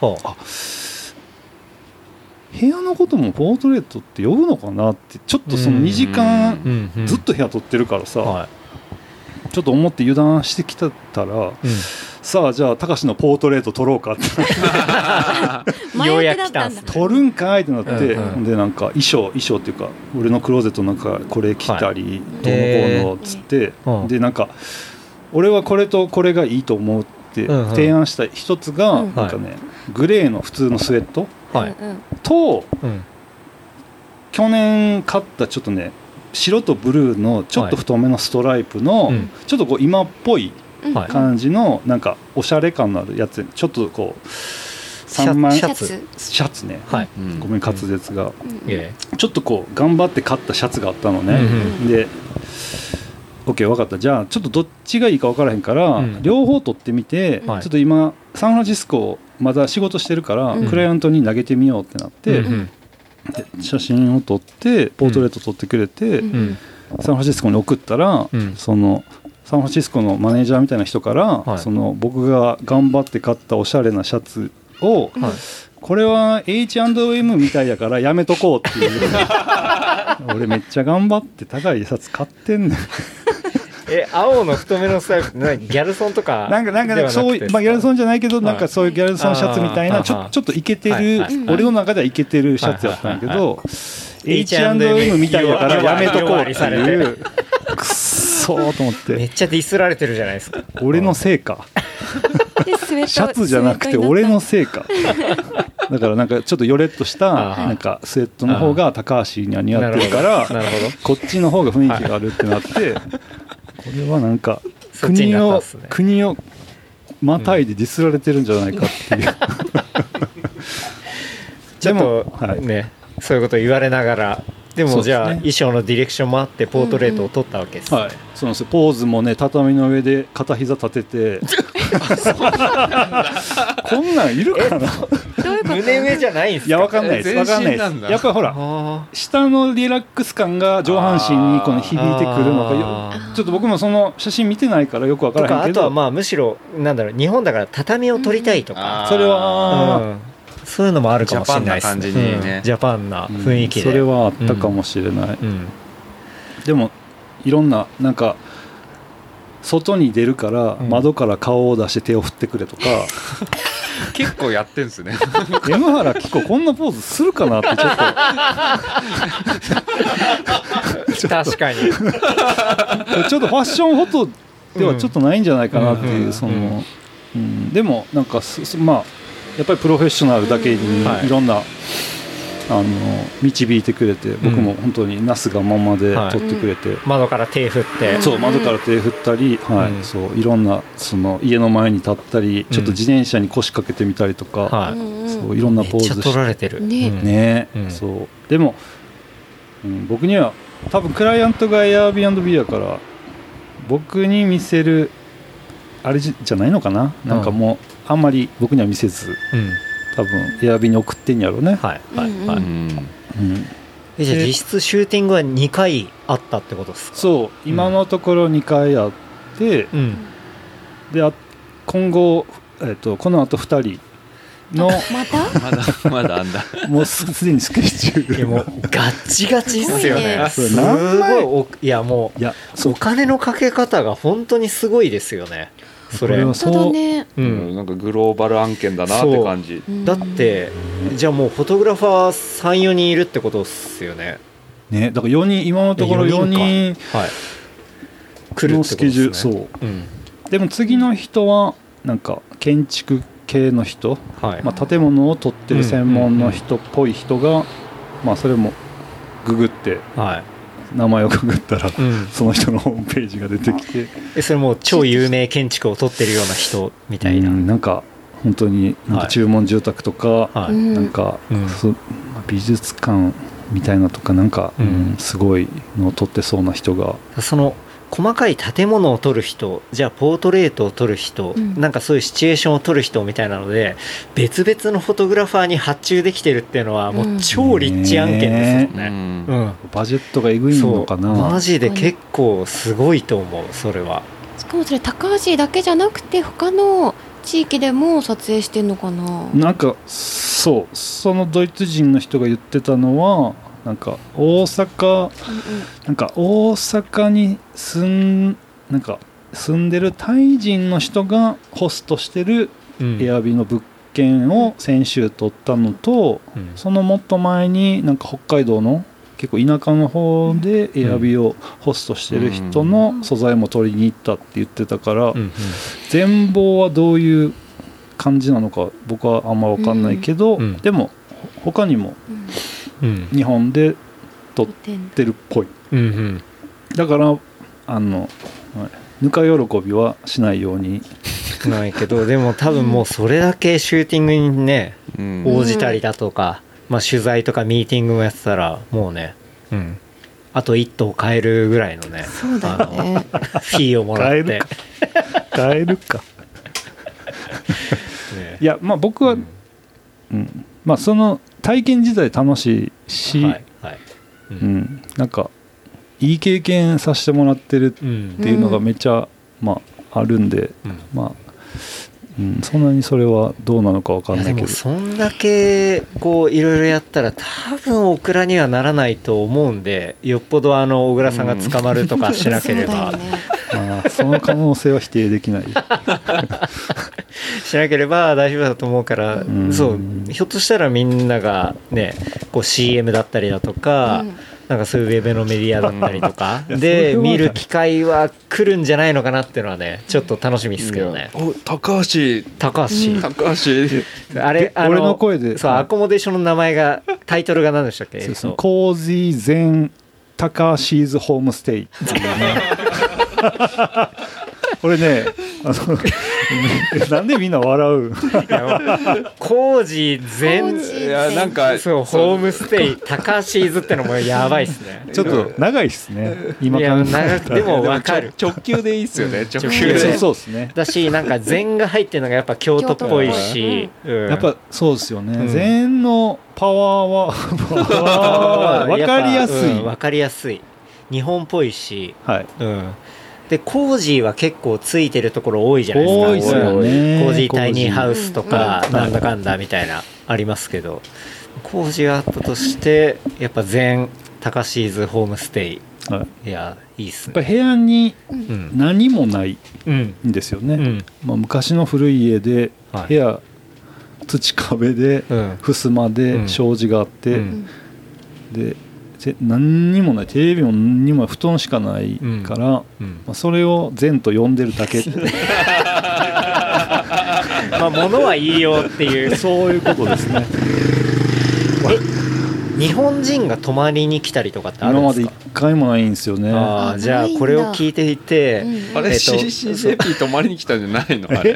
部屋のこともポートレートって呼ぶのかなってちょっとその2時間ずっと部屋撮ってるからさ、ちょっと思って油断してきたら、さあじゃあ高橋のポートレート撮ろうかってようやく来たんですね。 撮るんかいってなって、でなんか衣装っていうか俺のクローゼットなんかこれ着たり、どうのこうのっつって、でなんか俺はこれとこれがいいと思うって提案した一つが、なんかねグレーの普通のスウェットと、去年買ったちょっとね白とブルーのちょっと太めのストライプの、ちょっとこう今っぽい感じのなんかおしゃれ感のあるやつ、ちょっとこう3万シャツね、ごめん滑舌が、ちょっとこう頑張って買ったシャツがあったのね、で OK 分かった、じゃあちょっとどっちがいいか分からへんから、両方撮ってみて、ちょっと今サンフランシスコまだ仕事してるから、クライアントに投げてみようってなって、で写真を撮ってポートレート撮ってくれて、サンフランシスコに送ったら、そのサンフランシスコのマネージャーみたいな人から、その僕が頑張って買ったおしゃれなシャツを、これは H&M みたいやからやめとこうっていう俺めっちゃ頑張って高いシャツ買ってんねん青の太めのスタイルってギャルソンとかなんかそういう、ギャルソンじゃないけど、なんかそういうギャルソンシャツみたいなちょっとイケてる、俺の中ではイケてるシャツやったんやけど、H&M みたいだからやめとこうっていうくっそーと思って、 めっちゃディスられてるじゃないですか。 俺のせいかシャツじゃなくて俺のせいかだからなんかちょっとヨレっとしたなんかスウェットの方が高橋には似合ってるからこっちの方が雰囲気があるってなって、これはなんか国をまたいでディスられてるんじゃないかっていうちょっとね、そういうこと言われながらでもじゃあ衣装のディレクションもあってポートレートを撮ったわけです、 はい、そうなんですよ。ポーズもね畳の上で片膝立ててこんなんいるかな胸上じゃないんですか。 いやわかんないですわかんないです。やっぱりほら下のリラックス感が上半身にこの響いてくるのか、ちょっと僕もその写真見てないからよくわからへんけど、 あとはまあむしろなんだろう、日本だから畳を撮りたいとか、 それは、 そういうのもあるかもしれないですね。 ジャパンな感じにね、 ジャパンな雰囲気で、 それはあったかもしれない、でもいろんななんか外に出るから窓から顔を出して手を振ってくれとか、 結構やってんすね山原希子こんなポーズするかなってちょっと確かにちょっとファッションフォトではちょっとないんじゃないかなっていう、でもなんかまあやっぱりプロフェッショナルだけにいろんな、導いてくれて、僕も本当になすがままで撮ってくれて、 窓から手振って、 そう窓から手振ったり、そういろんなその家の前に立ったり、ちょっと自転車に腰掛けてみたりとか、そういろんなポーズして、 めっちゃ撮られてるね、そうでも、僕には多分クライアントが Airbnb やから僕に見せるあれじゃないのかな、なんかもうあんまり僕には見せず、多分エアビに送ってんやろうね。はいはいはい。 じゃあ実質シューティングは2回あったってことですか。 そう、今のところ2回あって、で今後、このあと2人のまだあんだもうすでにスケジュールもうガッチガチっすよね。すごいいやもうお金のかけ方が本当にすごいですよね。それはそうね、 なんかグローバル案件だなって感じ。 だってじゃあもうフォトグラファー 3,4 人いるってことですよね。 ね、だから4人今のところ4人来るのスケジュール、そう、でも次の人はなんか建築系の人、建物を撮ってる専門の人っぽい人が、それもググって、名前をググったら、その人のホームページが出てきて、 それも超有名建築を撮ってるような人みたいな、 なんか本当になんか注文住宅とか、なんか、美術館みたいなとかなんか、すごいのを撮ってそうな人が、 その細かい建物を撮る人、じゃあポートレートを撮る人、なんかそういうシチュエーションを撮る人みたいなので別々のフォトグラファーに発注できてるっていうのはもう超リッチ案件ですよね。 バジェットがえぐいのかな。 マジで結構すごいと思う。それはしかもそれ高橋だけじゃなくて他の地域でも撮影してんのかな。 なんかそのドイツ人の人が言ってたのはなんか大阪になんか住んでるタイ人の人がホストしてるエアビの物件を先週取ったのと、そのもっと前になんか北海道の結構田舎の方でエアビをホストしてる人の素材も取りに行ったって言ってたから、全貌はどういう感じなのか僕はあんま分かんないけど、でも他にも日本で撮ってるっぽい、だからぬか喜びはしないようにないけど、でも多分もうそれだけシューティングにね、応じたりだとか、取材とかミーティングもやってたらもうね、あと1頭買えるぐらいのね、 そうだよねフィーをもらって買えるかいや僕は、その体験自体楽しいし、なんかいい経験させてもらってるっていうのがめっちゃ、あるんで、そんなにそれはどうなのか分かんないけど、でもそんだけこういろいろやったら多分オクラにはならないと思うんで、よっぽど小倉さんが捕まるとかしなければ、 その可能性は否定できないしなければ大丈夫だと思うから、そうひょっとしたらみんながねこう CM だったりだとか、 なんかそういうウェブのメディアだったりとかで見る機会は来るんじゃないのかなっていうのはねちょっと楽しみですけどね。 高橋あれ俺の声でそうアコモデーションの名前がタイトルが何でしたっけ？ コージーゼン高橋ホームステイっていうね俺ねなんでみんな笑う工事全いやなんかそうホームステイ高橋ーズってのもやばいっすね。 ちょっと長いっすね今いや長くでも分かる直球でいいっすよね直球でそうですねだしなんか禅が入ってるのがやっぱ京都っぽいし、 やっぱそうですよね、禅のパワーは分かりやすい、 分かりやすい日本っぽいし、 はいでコージーは結構ついてるところ多いじゃないですか。 多いですよね。 コージータイニーハウスとかなんだかんだみたいなありますけど、コージーがあったとしてやっぱ全タカシーズホームステイ、いやいいっすね。 やっぱ部屋に何もないんですよね、まあ、昔の古い家で部屋土壁で襖で障子があって、で何にもないテレビも何にもない布団しかないから、まあ、それを善と呼んでるだけってまあ物はいいよっていうそういうことですね日本人が泊まりに来たりとかってあるんですか？ 今まで一回もないんですよね。 あじゃあこれを聞いていて、 あれ CCJP 泊まりに来たんじゃないの？あれ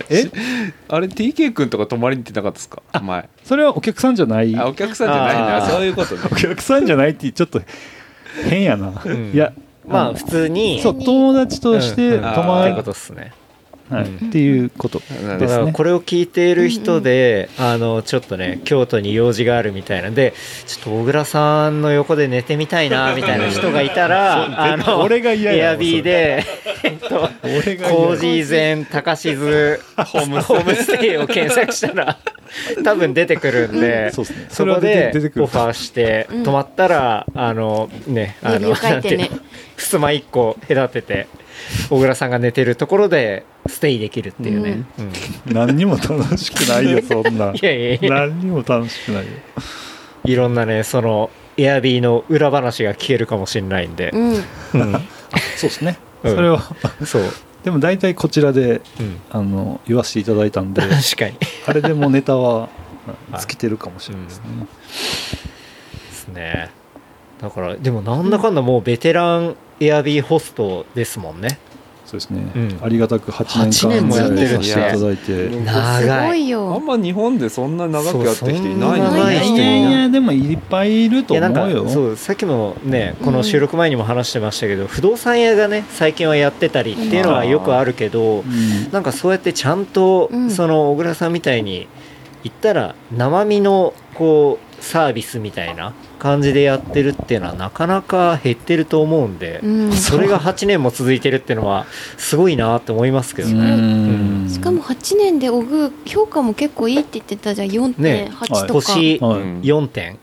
TK 君とか泊まりに来てなかったですか前？ それはお客さんじゃない。 お客さんじゃないんだ。そういうことね。 お客さんじゃないってちょっと変やな、いやまあ普通にそう友達として泊まるってことですね。 はい、っていうことですね。 だからこれを聞いている人で、ちょっとね京都に用事があるみたいなんでちょっと小倉さんの横で寝てみたいなみたいな人がいたら俺が嫌やエアビーでコージーゼン高静ホームステイを検索したら多分出てくるんで、そこでオファーして泊まったらね襖1個隔てて小倉さんが寝てるところでステイできるっていうね、 何にも楽しくないよそんな。 いや何にも楽しくないよ。 いろんなねそのエアビーの裏話が聞けるかもしれないんで、 そうですね、それはそうでも大体こちらで、言わせていただいたんで確かにあれでもネタは尽きてるかもしれないですね。 ですね。だからでもなんだかんだもうベテランエアビーホストですもんね。 そうですね、ありがたく8年間もやってるさせていただいて、 長いよ。 あんま日本でそんな長くやってる人いないのね。 いやでもいっぱいいると思うよ。 そうさっきもねこの収録前にも話してましたけど、不動産屋がね最近はやってたりっていうのはよくあるけど、なんかそうやってちゃんとその小倉さんみたいに言ったら生身のこうサービスみたいな感じでやってるっていうのはなかなか減ってると思うんで、それが8年も続いてるっていうのはすごいなって思いますけどね。 しかも8年でオグ評価も結構いいって言ってたじゃん。 4.8 とか、 星 4.8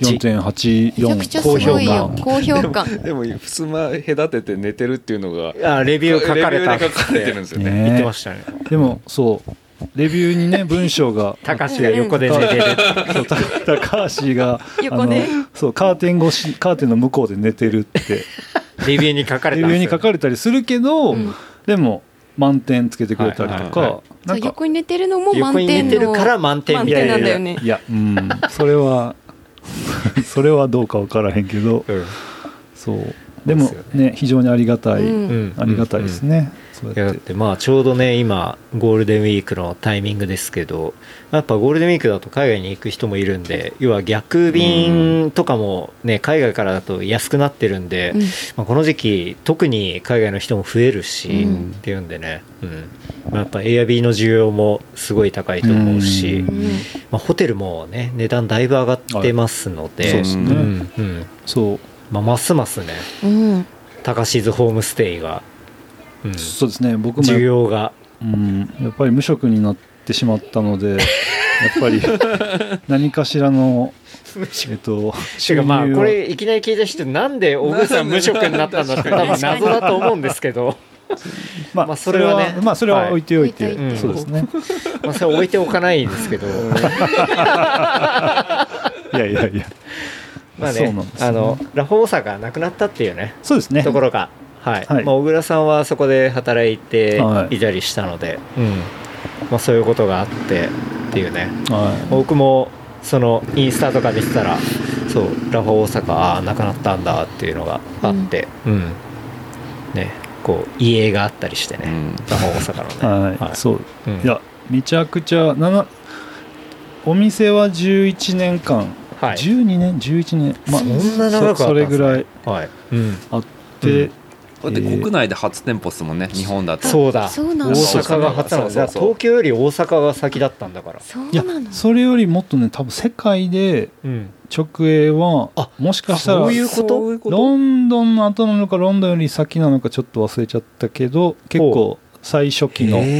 4.84 めちゃくちゃすごいよ。高評価でも襖隔てて寝てるっていうのがレビュー書かれたって書かれてるんですよね。 言ってましたね。 でもそうレビューにね文章が高橋が横で寝てる高橋が横でそうカーテンの向こうで寝てるってレビューに書かれたんですよ。 レビューに書かれたりするけど、でも満点つけてくれたりとか、 なんか横に寝てるのも満点の横に寝てるから満点みたいなんだよね。 いやそれはどうか分からへんけど、そうでもね非常にありがたいですね。 いやだってまあちょうどね今ゴールデンウィークのタイミングですけど、やっぱゴールデンウィークだと海外に行く人もいるんで、要は逆便とかもね海外からだと安くなってるんで、この時期特に海外の人も増えるし、っていうんでね、やっぱエアビーの需要もすごい高いと思うし、ホテルもね値段だいぶ上がってますので、 そうですね、そうますますね、高静ホームステイがそうですね、僕も需要が、 やっぱり無職になってしまったのでやっぱり何かしらのてかまあこれいきなり聞いた人なんで小栗さん無職になったんだって多分謎だと思うんですけどまあそれはね、 それは置いておいて、そうですね、 それは置いておかないんですけどいやまあね、ラフォーサがなくなったっていうね、 そうですね、 ところが、はい、まあ、小倉さんはそこで働いていたりしたので、まあ、そういうことがあってっていうね、僕もそのインスタとか見てたら、そうラフォー大阪なくなったんだっていうのがあって、ね、こう遺影があったりしてね、ラフォー大阪のね、 はい、そう、いやめちゃくちゃお店は11年間、12年11年、まあ、 そんな長くあったんですね、 それぐらいあって、 だって国内で初店舗っすもんね、日本だと。 そうだ、大阪が初なので、東京より大阪が先だったんだから。 いや、それよりもっとね、多分世界で直営は、もしかしたらそういうこと、 ロンドンの後なのかロンドンより先なのかちょっと忘れちゃったけど、結構最初期の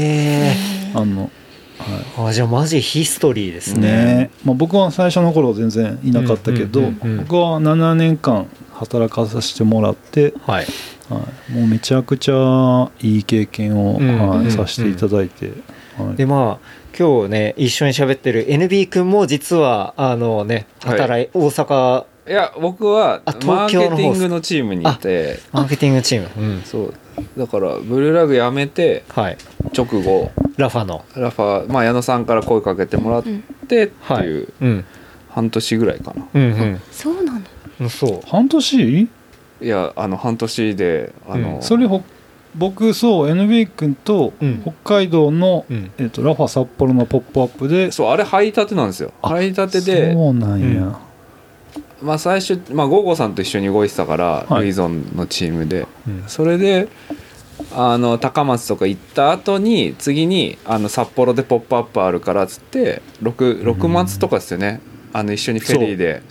じゃあマジヒストリーですね。まあ、僕は最初の頃全然いなかったけど、僕は7年間働かさせてもらって、もうめちゃくちゃいい経験をさせていただいて、 でまあ今日ね一緒に喋ってる NB 君も実はね大阪、 いや僕はマーケティングのチームにいて、 マーケティングチーム、 そうだからブルーラグ辞めて、直後ラファ、 まあ、矢野さんから声かけてもらってっていう、半年ぐらいかな、 そうなの、 そう半年、 いや半年でそれ僕そう NB 君と北海道の、ラファ札幌のポップアップで、 そうあれ入りたてなんですよ、入りたてで、 そうなんや、 まあ、最初、まあ、ゴーゴーさんと一緒に動いてたから、ルイゾンのチームで、それで高松とか行った後に次に札幌でポップアップあるからっつって 6月とかですよね、一緒にフェリーで、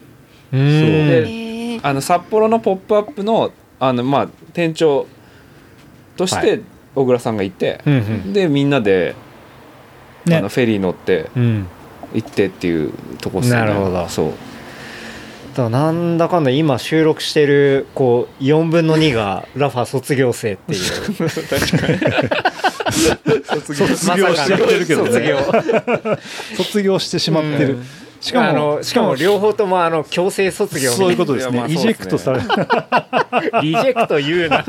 で札幌のポップアップのまあ、店長として小倉さんがいて、でみんなで、フェリー乗って行ってっていうとこっすよね。 なるほど。 そうなんだかんだ今収録してるこう4分の2がラファ卒業生っていう確かに卒業しちゃってるけどね、卒業してしまってる、しかも両方とも強制卒業みたいな、 そういうことですね、イジェクトされリジェクト言うな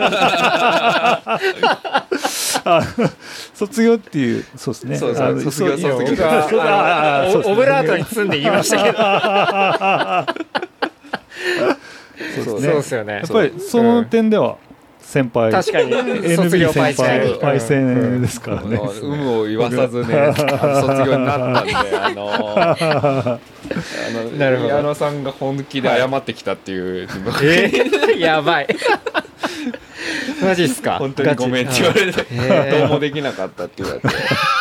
卒業っていう、そうですね、 卒業オブラートに包んで言いましたけどそうですよね、 やっぱりその点では先輩、 確かに NB 先輩パイセンですからね、 有無を言わさずね卒業になったんでなるほど、 矢野さんが本気で謝ってきたっていう、 やばいマジっすか、 本当にごめんって言われて、どうもできなかったって言われて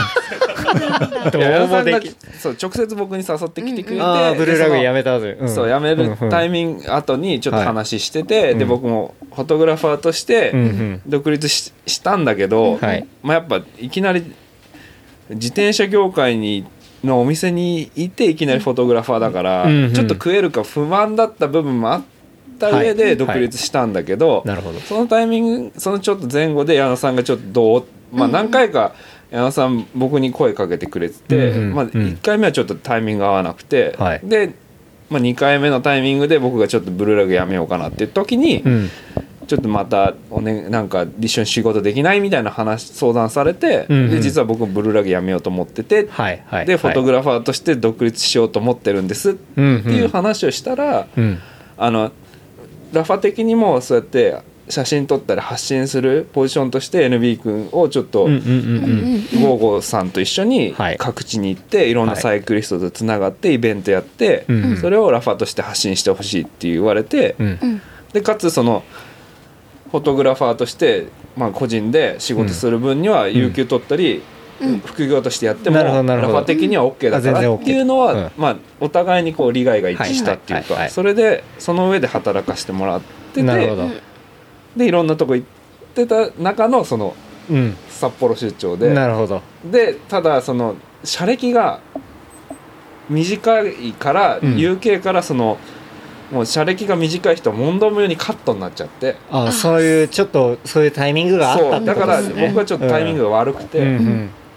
矢野さんがそう直接僕に誘ってきてくれて、 ブルーラグ辞めた後、 そう辞めるタイミング後にちょっと話してて、で僕もフォトグラファーとして独立したんだけど、まあ、やっぱいきなり自転車業界のお店にいていきなりフォトグラファーだから、ちょっと食えるか不満だった部分もあった上で独立したんだけど、そのタイミング、そのちょっと前後で矢野さんがちょっとどう、まあ、何回か矢野さん僕に声かけてくれてて、まあ、1回目はちょっとタイミング合わなくて、で、まあ、2回目のタイミングで僕がちょっとブルーラグやめようかなっていう時に、ちょっとまたなんか一緒に仕事できないみたいな相談されて、で実は僕もブルーラグやめようと思ってて、でフォトグラファーとして独立しようと思ってるんですっていう話をしたら、ラファ的にもそうやって写真撮ったり発信するポジションとして NB 君をちょっとゴーゴーさんと一緒に各地に行っていろんなサイクリストとつながってイベントやって、それをラファとして発信してほしいって言われて、でかつそのフォトグラファーとして、まあ、個人で仕事する分には有給取ったり、副業としてやってもラファ的には OK だからっていうのは、まあ、お互いにこう利害が一致したっていうか、それでその上で働かせてもらってて、でいろんなとこ行ってた中のその札幌出張で、でただその車歴が短いから、UK からそのもう車歴が短い人は問答無用にカットになっちゃって、 そういうちょっとそういうタイミングがあったってことですね。 だから僕はちょっとタイミングが悪くて、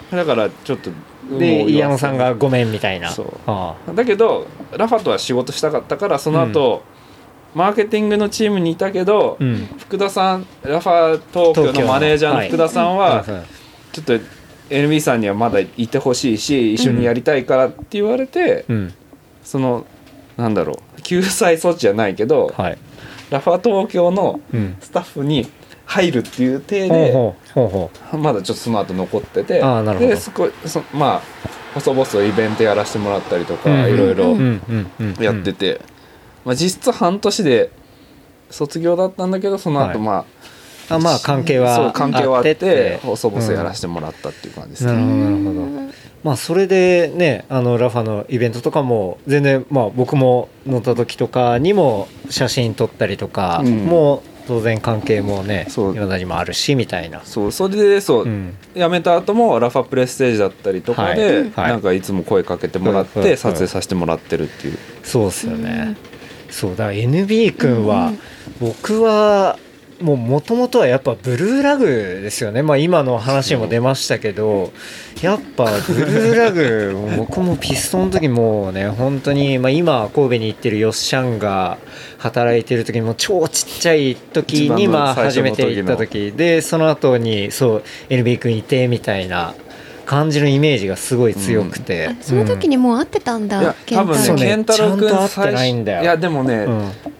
だからちょっとで矢野さんがごめんみたいな。 そうだけどラファとは仕事したかったから、その後、マーケティングのチームにいたけど、福田さん、ラファ東京のマネージャーの福田さんはちょっと NB さんにはまだいてほしいし一緒にやりたいからって言われて、そのなんだろう、救済措置じゃないけど、ラファ東京のスタッフに入るっていう体で、まだちょっとその後残ってて、でまあ細々イベントやらせてもらったりとかいろいろやってて、まあ、実質半年で卒業だったんだけど、その後まあ関係はあって細々やらせてもらったっていう感じですね。 なるほど。まあそれでね、ラファのイベントとかも全然、まあ僕も乗った時とかにも写真撮ったりとかも当然関係もね今だにもあるしみたいな。 それで辞めた後もラファプレステージだったりとかでなんかいつも声かけてもらって撮影させてもらってるっていう。 そうですよね。そうだ、 NB 君は僕はもともとはやっぱブルーラグですよね。まあ今の話も出ましたけど、やっぱブルーラグ僕もピストンの時もね本当に、まあ今神戸に行ってるヨッシャンが働いてる時にも超ちっちゃい時にまあ初めて行った時で、その後にそう NB 君いてみたいな感じのイメージがすごい強くて、 その時にもう会ってたんだ。 多分ね健太郎君ちゃんと会ってないんだよ。 いやでもね、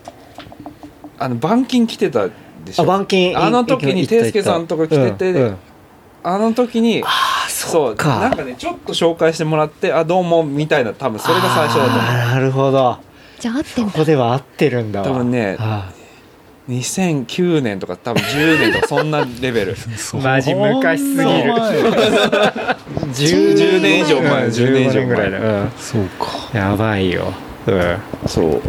板金来てたでしょ。 板金あの時にテイスケさんとか来てて、あの時にそうなんかねちょっと紹介してもらって、あどうもみたいな、多分それが最初だと思う。 なるほど。 じゃあ合ってんだ。 ここでは合ってるんだわ。 多分ね2009年とか多分10年とかそんなレベルマジ昔すぎる 10年以上前、10年以上ぐらいだ。 そうか、 やばいよ。そ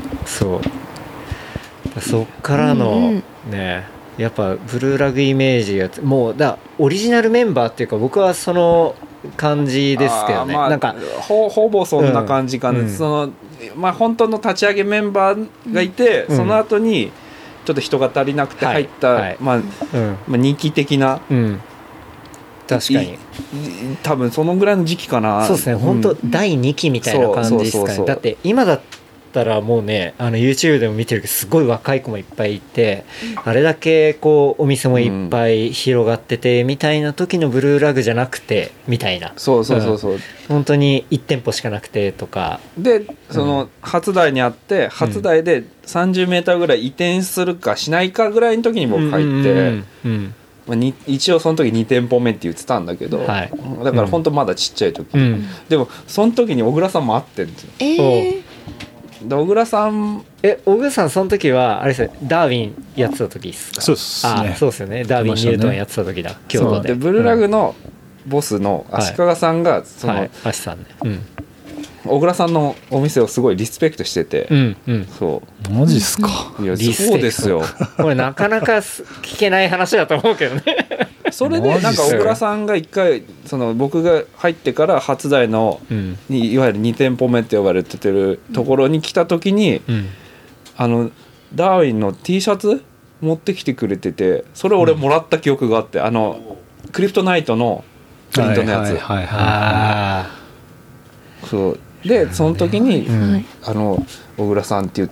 っからのね、やっぱブルーラグイメージがもうオリジナルメンバーっていうか僕はその感じですけどね。なんかほぼそんな感じかな。そのまあ本当の立ち上げメンバーがいて、その後にちょっと人が足りなくて入った、まあ2期的な、 確かに多分そのぐらいの時期かな。 そうですね、本当第2期みたいな感じですかね。だって今だったらもうねYouTube でも見てるけどすごい若い子もいっぱいいて、あれだけこうお店もいっぱい広がっててみたいな時のブルーラグじゃなくてみたいな。そう本当に1店舗しかなくてとかで、その初台にあって初台で30メーターぐらい移転するかしないかぐらいの時に僕入って、一応その時2店舗目って言ってたんだけど、だから本当まだちっちゃい時、でもその時に小倉さんも会ってるんですよ。小倉さんその時はあれですね、ダーウィンやってた時ですか。 そうですね。 そうですよね、ダーウィンニュートンやってた時だ、京都で。 ブルーラグのボスの足利さんがその足さんね、 小倉さんのお店をすごいリスペクトしてて、 そうマジっすか。 いやそうですよ。 これなかなか聞けない話だと思うけどね。 それでなんか小倉さんが一回その僕が入ってから初台のにいわゆる2店舗目って呼ばれてるところに来た時に、ダーウィンの T シャツ持ってきてくれてて、それ俺もらった記憶があって、クリプトナイトのプリントのやつ。そうでその時に小倉さんって言って、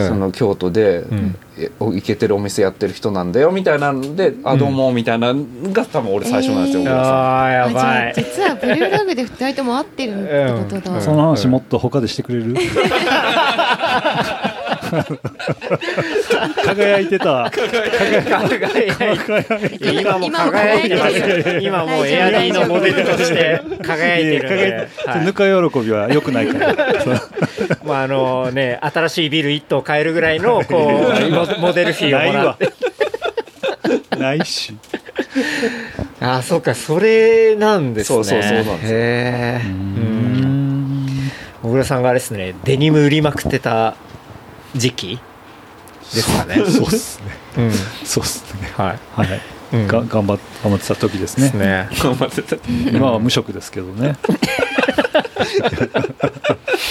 その京都でイケてるお店やってる人なんだよみたいなので、どうもみたいなのが多分俺最初なんですよ。 やばい。 実はブルーラグで2人とも会ってるってことだ。 その話もっと他でしてくれる？輝いてた。 今も輝いてます。今もうエアディのモデルとして輝いてるんで。 ぬか喜びは良くないから。 まあね、新しいビル1棟買えるぐらいのこうモデルフィーをもらって。 ないし。 そうか、それなんですね。 そうなんですよ。 へえ。小倉さんがあれですね、デニム売りまくってた時期ですかね。 そうですね。そうですね。はい。頑張ってた時ですね。 頑張ってた。 今は無職ですけどね。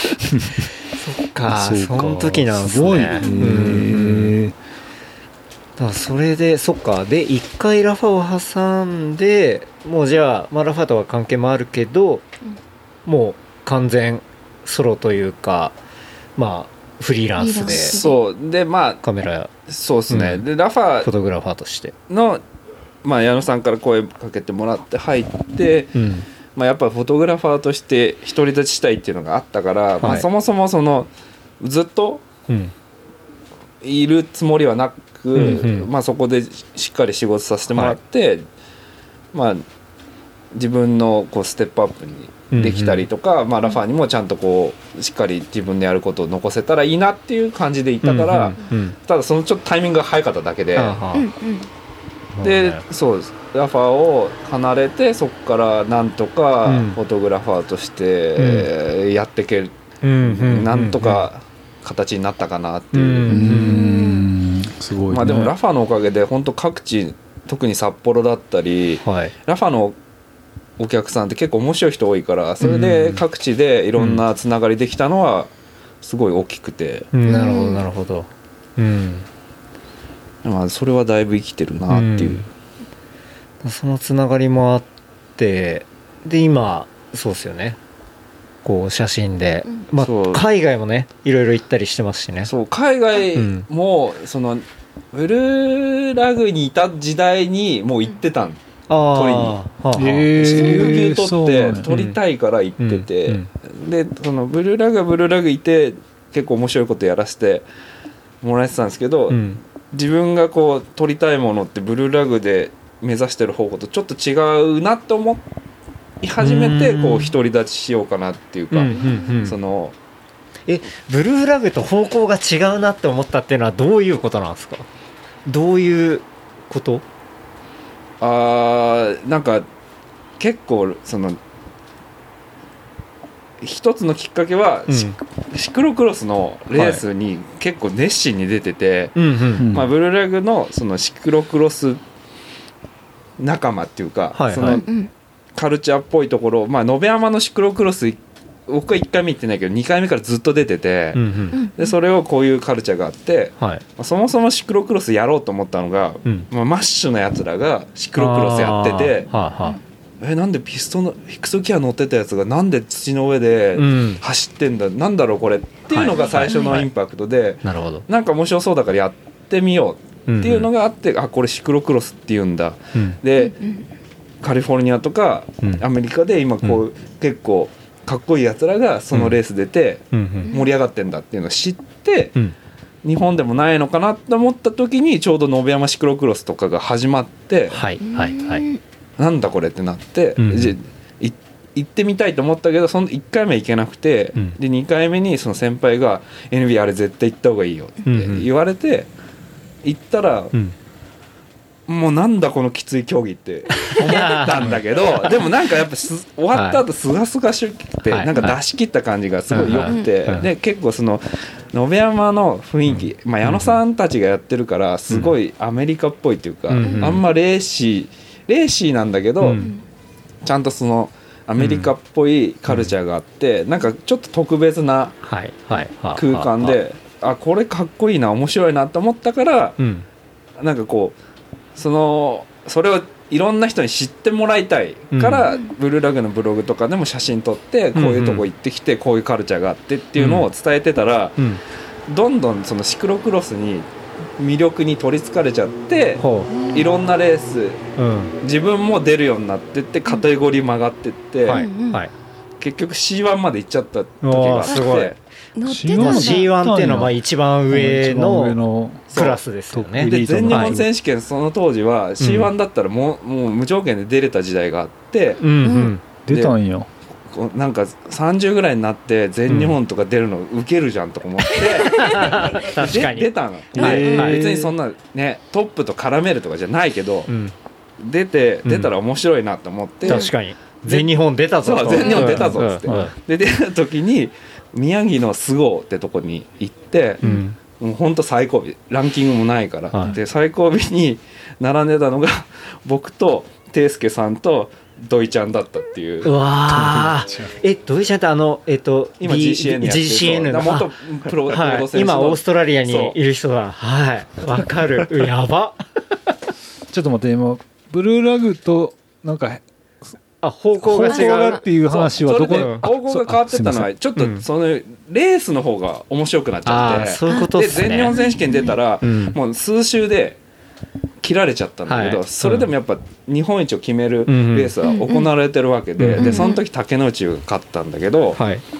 そっか、その時なんですね。 だそれでそっかで1回ラファを挟んでもうじゃあ、まあ、ラファとは関係もあるけど、もう完全ソロというかまあフリーランスでそうでまあカメラそうですね、でラファフォトグラファーとしての、まあ、矢野さんから声かけてもらって入って、まあ、やっぱフォトグラファーとして独り立ちしたいっていうのがあったから、まあ、そもそもそのずっといるつもりはなく、まあ、そこでしっかり仕事させてもらって、まあ、自分のこうステップアップにできたりとか、まあ、ラファーにもちゃんとこうしっかり自分でやることを残せたらいいなっていう感じでいたから、ただそのちょっとタイミングが早かっただけで、でそうですラファーを離れてそこからなんとかフォトグラファーとしてやっていける、なんとか形になったかなっていう、 すごいね。 まあでもラファーのおかげで本当各地特に札幌だったり、ラファーのお客さんって結構面白い人多いからそれで各地でいろんなつながりできたのはすごい大きくて、 なるほどなるほど、 まあそれはだいぶ生きてるなっていう、 そのつながりもあってで今そうですよねこう写真で、まあ、海外もねいろいろ行ったりしてますしね。 そう海外も、そのブルーラグにいた時代にもう行ってたん撮りに有給取って撮りたいから行ってて、でそのブルーラグはブルーラグいて結構面白いことやらせてもらえてたんですけど、自分がこう撮りたいものってブルーラグで目指してる方向とちょっと違うなと思い始めてこう独り立ちしようかなっていうか、そのブルーラグと方向が違うなって思ったっていうのはどういうことなんですか？どういうこと？ なんか結構その一つのきっかけは、シクロクロスのレースに結構熱心に出てて、まあ、ブルーラグのそのシクロクロス仲間っていうか、そのカルチャーっぽいところ、まあ、延山のシクロクロス僕は1回目行ってないけど2回目からずっと出てて、でそれをこういうカルチャーがあって、そもそもシクロクロスやろうと思ったのが、まあ、マッシュなやつらがシクロクロスやってて、なんでピストンのフィクソギア乗ってたやつがなんで土の上で走ってんだ、なんだろうこれっていうのが最初のインパクトで、なんか面白そうだからやってみようっていうのがあって、あこれシクロクロスっていうんだ、でカリフォルニアとかアメリカで今こう結構かっこいいやつらがそのレース出て盛り上がってんだっていうのを知って、日本でもないのかなと思った時にちょうど延山シクロクロスとかが始まって、なんだこれってなって、行ってみたいと思ったけどその1回目行けなくて、で2回目にその先輩が NB あれ絶対行った方がいいよって言われて行ったら、もうなんだこのきつい競技って思ったんだけどでもなんかやっぱ終わった後すがすがしくて、なんか出し切った感じがすごい良くて、で結構その延山の雰囲気、まあ、矢野さんたちがやってるからすごいアメリカっぽいっていうか、あんまレーシーなんだけど、ちゃんとそのアメリカっぽいカルチャーがあって、なんかちょっと特別な空間で、あこれかっこいいな面白いなと思ったから、なんかこうそれをいろんな人に知ってもらいたいから、ブルーラグのブログとかでも写真撮ってこういうとこ行ってきてこういうカルチャーがあってっていうのを伝えてたら、どんどんそのシクロクロスに魅力に取りつかれちゃって、いろんなレース、自分も出るようになってってカテゴリー曲がってって、結局 C1 まで行っちゃった時があって。 C1 っていうのはまあ一番上のクラスですよね。 で全日本選手権その当時は C1 だったらもう無条件で出れた時代があって、 出たんよ。 なんか30ぐらいになって全日本とか出るのウケるじゃんとか思って確かに出たの、別にそんなねトップと絡めるとかじゃないけど、出たら面白いなと思って、 確かに全日本出たぞと、全日本出たぞっつって、で出た時に宮城の菅生ってとこに行って、もうほんと最後尾ランキングもないから、で最後尾に並んでたのが僕とテイスケさんと土井ちゃんだったっていう。 うわ土井ちゃんって今 GCN の元プロ選手の、 今オーストラリアにいる人だ。はいわかるやばちょっと待って今ブルーラグとなんか方向が違うっていう話はどこ方向が変わってたのはちょっとそのレースの方が面白くなっちゃって、 そういうことっすね。 で全日本選手権出たら、もう数周で切られちゃったんだけど、それでもやっぱ日本一を決めるレースは行われてるわけで、でその時竹之内が勝ったんだけど、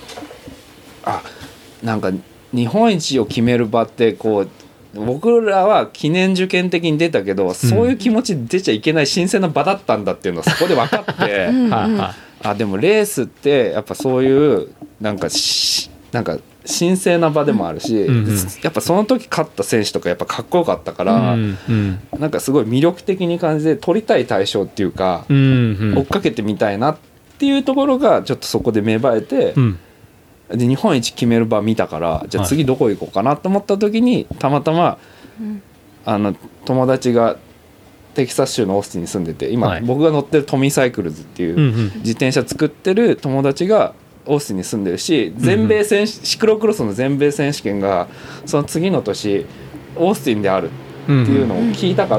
なんか日本一を決める場ってこう僕らは記念受験的に出たけど、そういう気持ち出ちゃいけない新鮮な場だったんだっていうのがそこで分かってでもレースってやっぱそういうなんか神聖な場でもあるし、やっぱその時勝った選手とかやっぱかっこよかったから、なんかすごい魅力的に感じで取りたい対象っていうか、追っかけてみたいなっていうところがちょっとそこで芽生えて、で日本一決める場見たから、じゃあ次どこ行こうかなと思った時にたまたま、友達がテキサス州のオースティンに住んでて、今、僕が乗ってるトミーサイクルズっていう自転車作ってる友達がオースティンに住んでるし、全米シクロクロスの全米選手権がその次の年オースティンであるっていうのを聞いたから、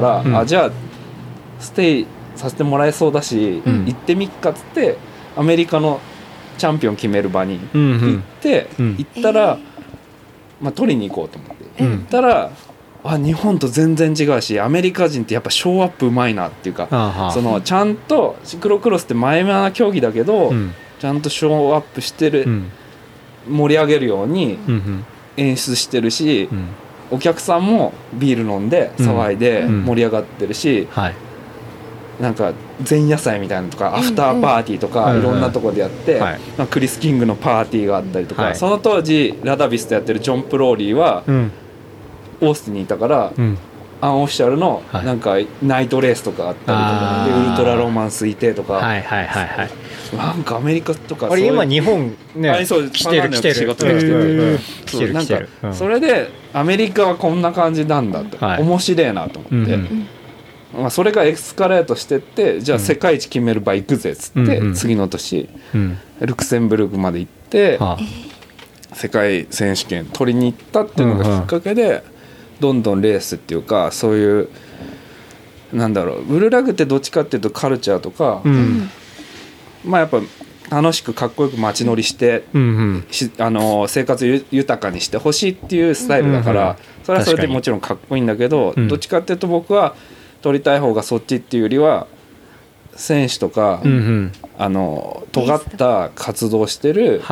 じゃあステイさせてもらえそうだし、行ってみっかっつってアメリカのチャンピオン決める場に行って、行ったら、取りに行こうと思って、行ったら日本と全然違うし、アメリカ人ってやっぱショーアップうまいなっていうか、そのちゃんとシクロクロスって前々な競技だけど、ちゃんとショーアップしてる、盛り上げるように演出してるし、お客さんもビール飲んで騒いで盛り上がってるし、なんか前夜祭みたいなのとかアフターパーティーとかいろんなとこでやって、クリス・キングのパーティーがあったりとか、その当時ラダビスとやってるジョン・プローリーはオースティンにいたから、アンオフィシャルのなんかナイトレースとかあったりとかで、ウルトラロマンスいてとか、なんかアメリカとかあれ今日本ね来てる仕事が来てる、なんかそれでアメリカはこんな感じなんだと、面白いなと思って、それがエスカレートしてって、じゃあ世界一決める場行くぜっつって、次の年ルクセンブルクまで行って、世界選手権取りに行ったっていうのがきっかけで、どんどんレースっていうか、そういうなんだろう、ブルーラグってどっちかっていうとカルチャーとか、やっぱ楽しくかっこよく街乗りして、生活豊かにしてほしいっていうスタイルだから、それはそれでもちろんかっこいいんだけど、どっちかっていうと僕は取りたい方がそっちっていうよりは、選手とか、尖った活動してる、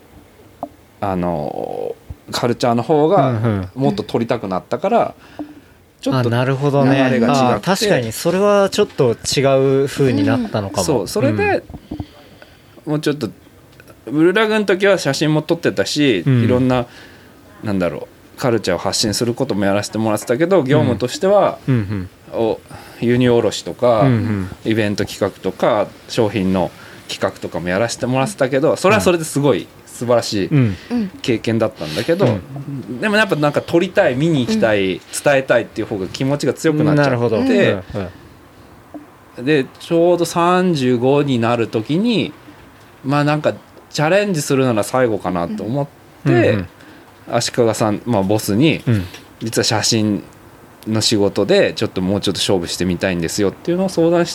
カルチャーの方がもっと取りたくなったから、ちょっと流れが違って、 確かにそれはちょっと違う風になったのかも。 それで、もうちょっとブルーラグの時は写真も撮ってたし、いろんななんだろうカルチャーを発信することもやらせてもらってたけど、業務としては、輸入卸とか、イベント企画とか商品の企画とかもやらせてもらってたけど、それはそれですごい素晴らしい経験だったんだけど、でもやっぱなんか撮りたい、見に行きたい、伝えたいっていう方が気持ちが強くなっちゃって、でちょうど35になる時になんかチャレンジするなら最後かなと思って、足利さん、ボスに、実は写真の仕事でちょっともうちょっと勝負してみたいんですよっていうのを相談して、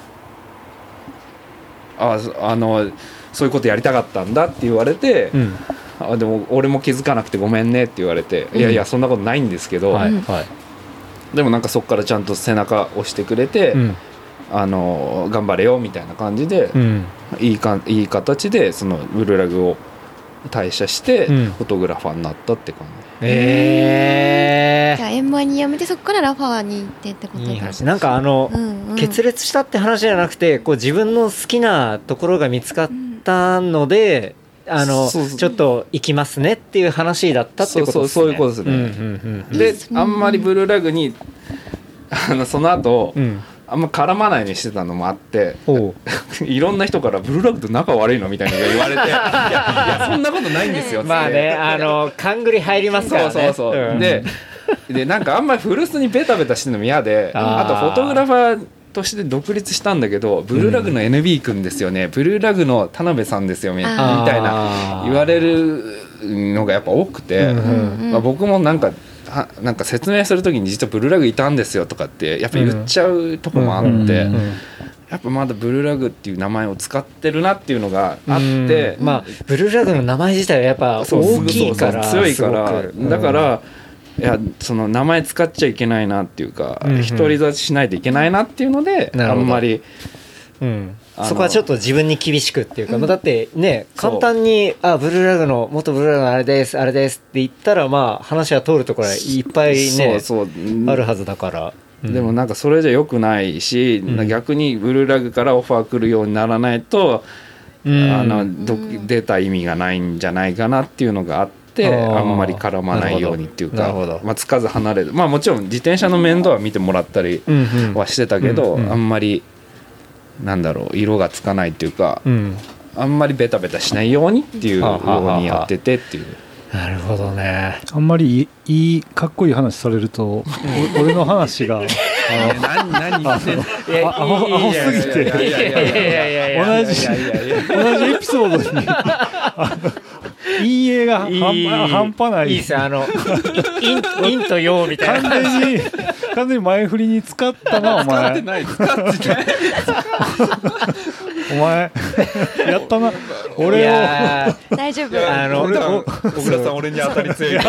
そういうことやりたかったんだって言われて、でも俺も気づかなくてごめんねって言われて、いやいやそんなことないんですけど、でもなんかそこからちゃんと背中押してくれて、頑張れよみたいな感じで、いい形でそのブルーラグを退社して、フォトグラファーになったって感じ。 じゃあ円満に辞めてそこからラファーに行ってってことだ。 なんか決裂したって話じゃなくて、こう自分の好きなところが見つかったので、ちょっと行きますねっていう話だったってことですね。 そういうことですね。であんまりブルーラグにその後、あんま絡まないようにしてたのもあっていろんな人からブルーラグと仲悪いのみたいな言われていやそんなことないんですよって勘繰り入りますからね。 でなんかあんまり古巣にベタベタしてるのも嫌で、あとフォトグラファーとして独立したんだけど、ブルーラグの NB 君ですよね、ブルーラグの田辺さんですよみたいな言われるのがやっぱ多くて、まあ、僕もなんか説明するときに実はブルーラグいたんですよとかってやっぱ言っちゃうとこもあって、やっぱまだブルーラグっていう名前を使ってるなっていうのがあって、 まあブルーラグの名前自体はやっぱ大きいから強いから、だからいやその名前使っちゃいけないなっていうか、独り立ちしないといけないなっていうので、あんまり、 そこはちょっと自分に厳しくっていうか、だってね簡単にブルーラグの元ブルーラグのあれですあれですって言ったら、まあ話は通るところはいっぱいねあるはずだから、 でもなんかそれじゃ良くないし、逆にブルーラグからオファー来るようにならないと、出た意味がないんじゃないかなっていうのがあって、あんまり絡まないようにっていうか、まあ、つかず離れる、まあもちろん自転車の面倒は見てもらったりはしてたけど、あんまりなんだろう色がつかないっていうか、あんまりベタベタしないようにっていうようにやっててっていう。 なるほどね。 あんまりいいかっこいい話されると俺の話が何言ってんのアホすぎて同じエピソードに陰影が半端ない。 いいですよ陰と陽みたいな完全に前振りに使ったなお前。 使ってない使ってないお前やったな俺を。 大丈夫。 小倉さん俺に当たり強い。い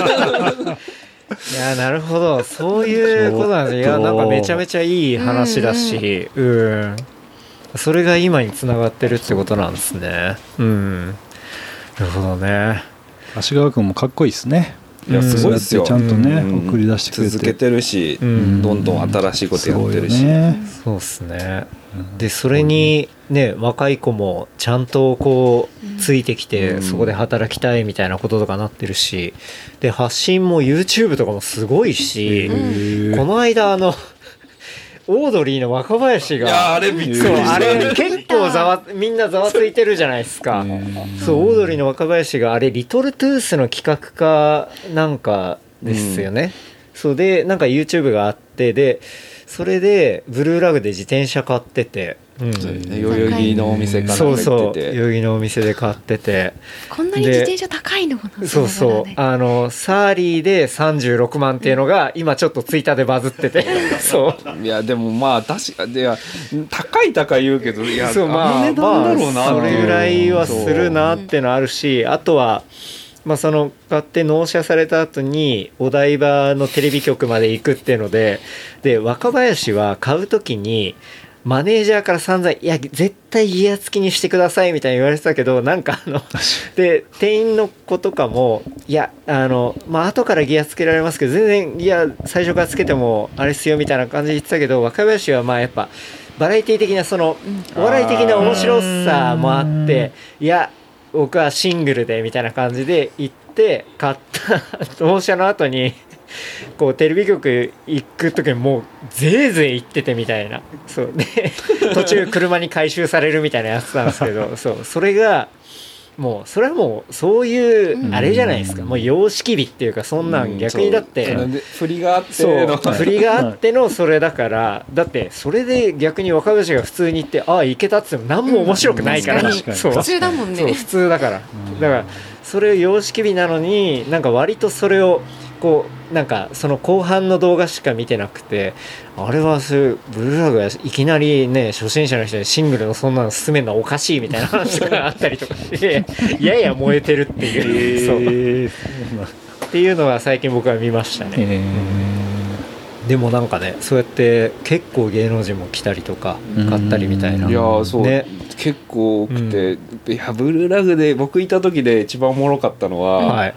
やなるほど、そういうことなんですね。いやなんかめちゃめちゃいい話だし、それが今につながってるってことなんですね。なるほどね。 芦川君もかっこいいですね。 いやすごいですよ。 ちゃんとね、送り出してくれて続けてるし、どんどん新しいことやってるし、 そうですね。でそれにね若い子もちゃんとこうついてきて、そこで働きたいみたいなこととかなってるし、で発信も YouTube とかもすごいし、この間オードリーの若林が、 いやあれびっくりした。 そうあれ結構みんなざわついてるじゃないですか。そうオードリーの若林があれリトルトゥースの企画かなんかですよね。そうでなんか YouTube があって、でそれでブルーラグで自転車買ってて、 代々木のお店からそうそう代々木のお店で買ってて、 こんなに自転車高いのかな。 そうそうサーリーで36万っていうのが今ちょっとツイッターでバズっててそういやでもまあ確かいや高い言うけど、いやそうまあ値段だろうな、 それぐらいはするなってのあるし、あとはまあ、その買って納車された後にお台場のテレビ局まで行くっていうので、若林は買う時にマネージャーから散々いや絶対ギア付きにしてくださいみたいに言われてたけど、なんかで店員の子とかもいやまあ後からギア付けられますけど全然ギア最初からつけてもあれっすよみたいな感じで言ってたけど、若林はまあやっぱバラエティ的なそのお笑い的な面白さもあって、いや僕はシングルでみたいな感じで行って買った納車の後にこうテレビ局行く時にもうぜいぜい行っててみたいな、そうで途中車に回収されるみたいなやつなんですけど、それがもうそれはもうそういうあれじゃないですか、もう様式美っていうか、そんなん逆にだって振りがあって振りがあってのそれだから、だってそれで逆に若林が普通に行ってああいけたって言っても何も面白くないから、 そう普通だもんね。 そう普通だから、だからそれを様式美なのになんか割とそれをこうなんかその後半の動画しか見てなくて、あれはブルーラグがいきなりね初心者の人にシングルのそんなの進めるのはおかしいみたいな話とかあったりとかしてやや燃えてるっていう、そうっていうのは最近僕は見ましたね。でもなんかねそうやって結構芸能人も来たりとか買ったりみたいな、 いやそう、ね、結構多くて、いやブルーラグで僕いた時で一番おもろかったのは、はい、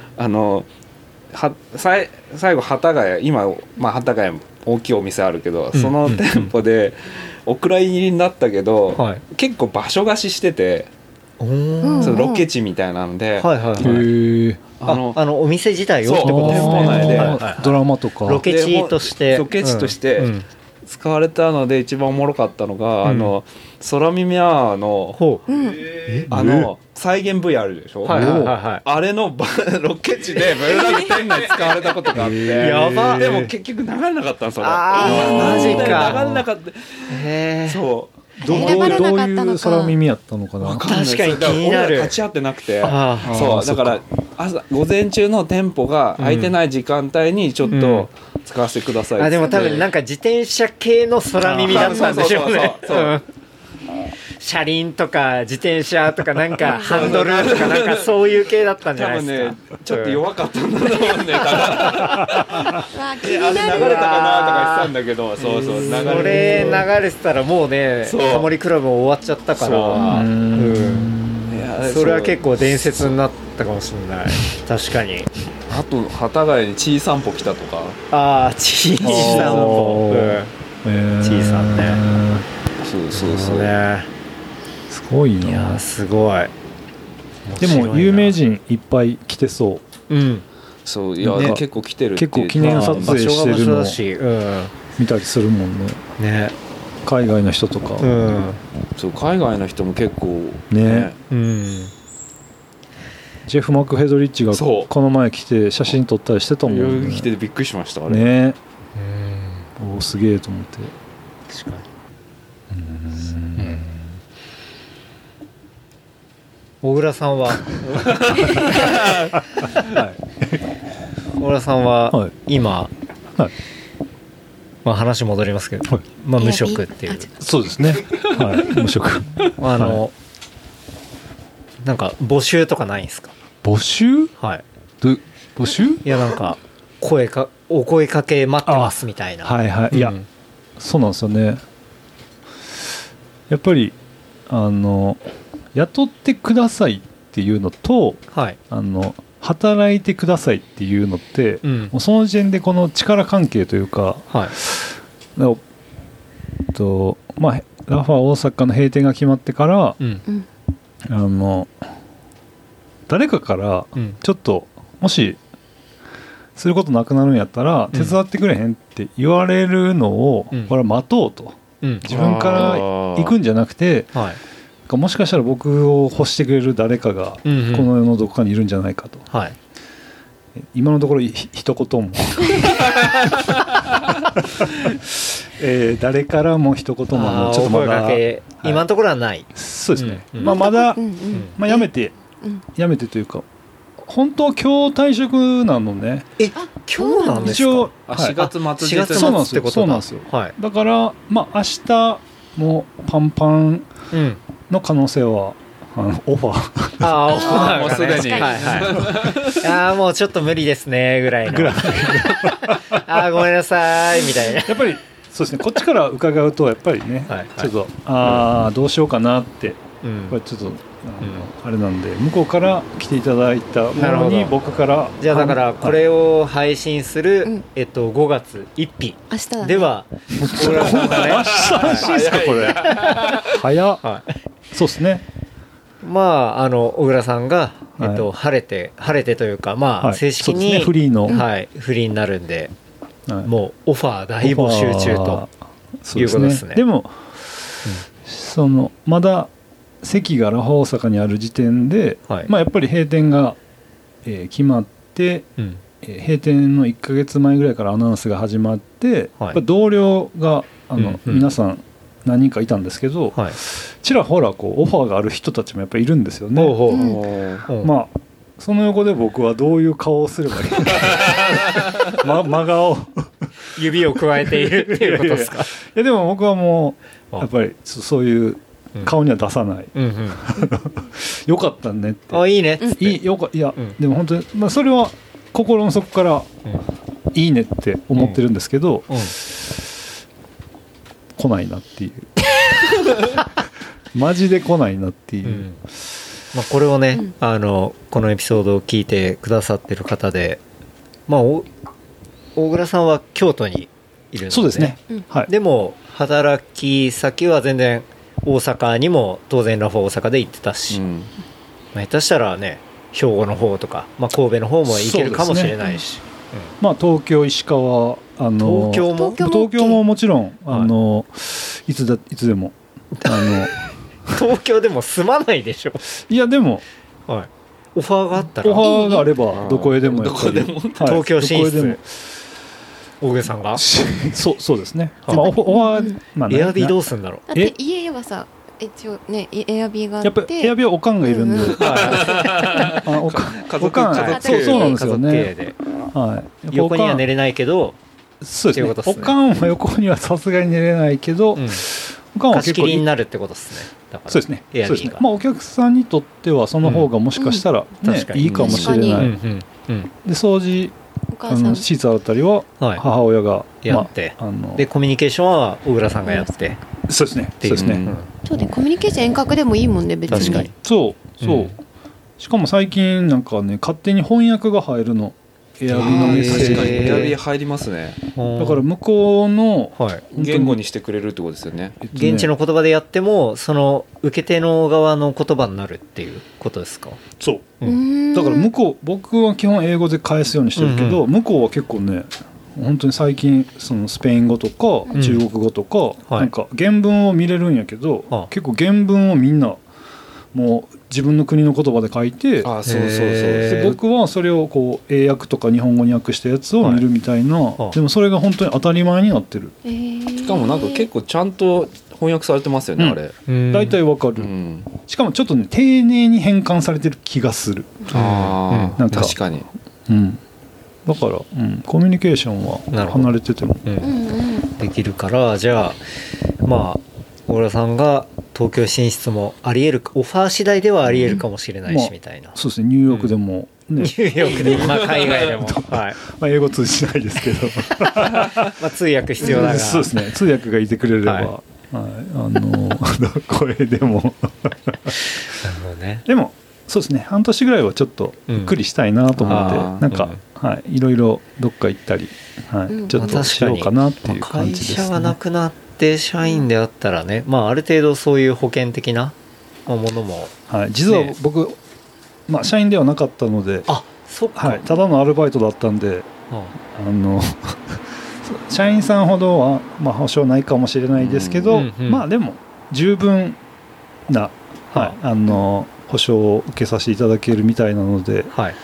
最後幡ヶ谷、今、まあ、幡ヶ谷大きいお店あるけど、その店舗でお蔵入りになったけど、結構場所貸ししてて、そのロケ地みたいなので、 お店自体をってことですね。ドラマとかロケ地として使われたので一番おもろかったのが、空耳アワーの再現 V あるでしょ、 はいはいはいはい、 あれのロケ地でブルーラグ店内使われたことがあってやばでも結局流れなかったのそれ。 マジか。 流れなかった。そうどういう空耳やったのかな。 確かに気になる。 立ち会ってなくて、そうだから午前中の店舗が空いてない時間帯にちょっと使わせてくださいって、 でも多分なんか自転車系の空耳だったんでしょうね。車輪とか自転車とかなんかハンドルとかなんかそういう系だったんじゃないですか。 多分ねちょっと弱かったんだと思うんで、あれ流れたかなとか言ってたんだけど、そうそうそれ流れてたらもうねタモリクラブも終わっちゃったから、それは結構伝説になったかもしれない。確かに。 あと幡ヶ谷にちい散歩来たとか。 ああちい散歩、ちいさんね。 そうね。 すごいな。 いやすごい。 でも有名人いっぱい来てそう。 そういや、ね、結構来てるって。 結構記念撮影してるの見たりするもんね。 ね。 海外の人とか。 そう海外の人も結構ね。ジェフ・マクヘドリッチがこの前来て写真撮ったりしてたもんね。 来てびっくりしましたあれ。 ね。おすげえと思って。 確かに。小倉さんは小倉さんは今、まあ話戻りますけど、まあ無職っていう。 そうですね。はい、無職。 なんか募集とかないんですか？ 募集？ はい。 募集？いやなんかお声かけ待ってますみたいな。 はいはい。いや、そうなんですよね。やっぱり雇ってくださいっていうのと、働いてくださいっていうのって、もうその時点でこの力関係というか、まあ、ラファ大阪の閉店が決まってから、誰かからちょっともしすることなくなるんやったら手伝ってくれへんって言われるのを、これは待とうと、自分から行くんじゃなくて、もしかしたら僕を欲してくれる誰かがこの世のどこかにいるんじゃないかと、今のところ一言も誰からも一言もちょっとまだ今のところはない。 そうですね。まだやめてというか本当は今日退職なのね。 今日なんですか？ 一応 4月末そうなんですよ。 そうなんですよ。だからまあ明日もパンパンの可能性はオファー。 オファーもうすでに。 もうちょっと無理ですねぐらいの。ごめんなさいみたいな。 やっぱりそうですね。こっちから伺うとやっぱりね、ちょっとどうしようかなって、これちょっとあれなんで向こうから来ていただいたものに僕からじゃあだからこれを配信する5月1日では小倉さんがね明日らしいですかこれ早っ。そうですね。 まあ小倉さんが晴れてというかまあ正式にフリーのフリーになるんでもうオファー大募集中ということですね。 でもそのまだ席がラファ大阪にある時点で、まあ、やっぱり閉店が、決まって、閉店の1ヶ月前ぐらいからアナウンスが始まって、やっぱ同僚が皆さん何人かいたんですけど、ちらほらこうオファーがある人たちもやっぱりいるんですよね。まあその横で僕はどういう顔をすればいい真顔指を加えているっていうことですか？ いやでも僕はもうやっぱりそういう顔には出さない。よかったねって。 いいね。 いや、でも本当にまあそれは心の底からいいねって思ってるんですけど、来ないなっていう。マジで来ないなっていう。 まあこれをねこのエピソードを聞いてくださってる方で、まあ大倉さんは京都にいるんですね。 そうですね。 でも働き先は全然大阪にも当然ラファ大阪で行ってたし、まあ、下手したらね兵庫の方とか、まあ、神戸の方も行けるかもしれないし、 まあ東京石川東京ももちろんいつでも東京でも住まないでしょ。 いやでも、 はい、オファーがあったら、 オファーがあればどこへでもやっぱり、 東京進出、大上さんがそうですね、まあ、オファー、まあね、 エアビーどうすんだろう。 だって家はさ一応ねエアビーがあって、 やっぱエアビーはおかんがいるんで、おかんそうなんですよね、はい、 横には寝れないけど、 そうですね、おかんは横にはさすがに寝れないけど、おかんは結構貸し切りになるってことですね。だからそうですね、そうですね、まあお客さんにとってはその方がもしかしたらね、いいかもしれない。で掃除、シーツ洗ったりは母親がやって、でコミュニケーションは小倉さんがやって、 そうですね、そうですね、 そうでコミュニケーション遠隔でもいいもんね、別に。 確かにそうしかも最近なんかね、勝手に翻訳が入るの、エアビーのメッセージ。 確かにエアビー入りますね。 だから向こうの言語にしてくれるってことですよね。 現地の言葉でやってもその受け手の側の言葉になるっていうことですか。 そう、だから向こう、僕は基本英語で返すようにしてるけど、向こうは結構ね、本当に最近そのスペイン語とか中国語とか、なんか原文を見れるんやけど、結構原文をみんなもう自分の国の言葉で書いて、で僕はそれをこう英訳とか日本語に訳したやつを見るみたいな、でもそれが本当に当たり前になってる。 しかもなんか結構ちゃんと翻訳されてますよね、あれ。 大体わかる、しかもちょっとね丁寧に変換されてる気がする。 なんか確かに、 だから、コミュニケーションは離れててもできるから、じゃあまあ小倉さんが東京進出もありえる、オファー次第ではありえるかもしれないし、みたいな。 そうですね、ニューヨークでも、 ニューヨークでも、まあ海外でも、 まあ英語通じないですけどまあ通訳必要だから、 そうですね、通訳がいてくれれば、これでもでもそうですね、半年ぐらいはちょっとゆっくりしたいなと思って、なんか、いろいろどっか行ったり、ちょっとしようかなっていう感じですね。 会社がなくなって社員であったらね、まあある程度そういう保険的なものも、 実は僕、社員ではなかったので、ただのアルバイトだったんで、社員さんほどは保証ないかもしれないですけど、でも十分な保証を受けさせていただけるみたいなので、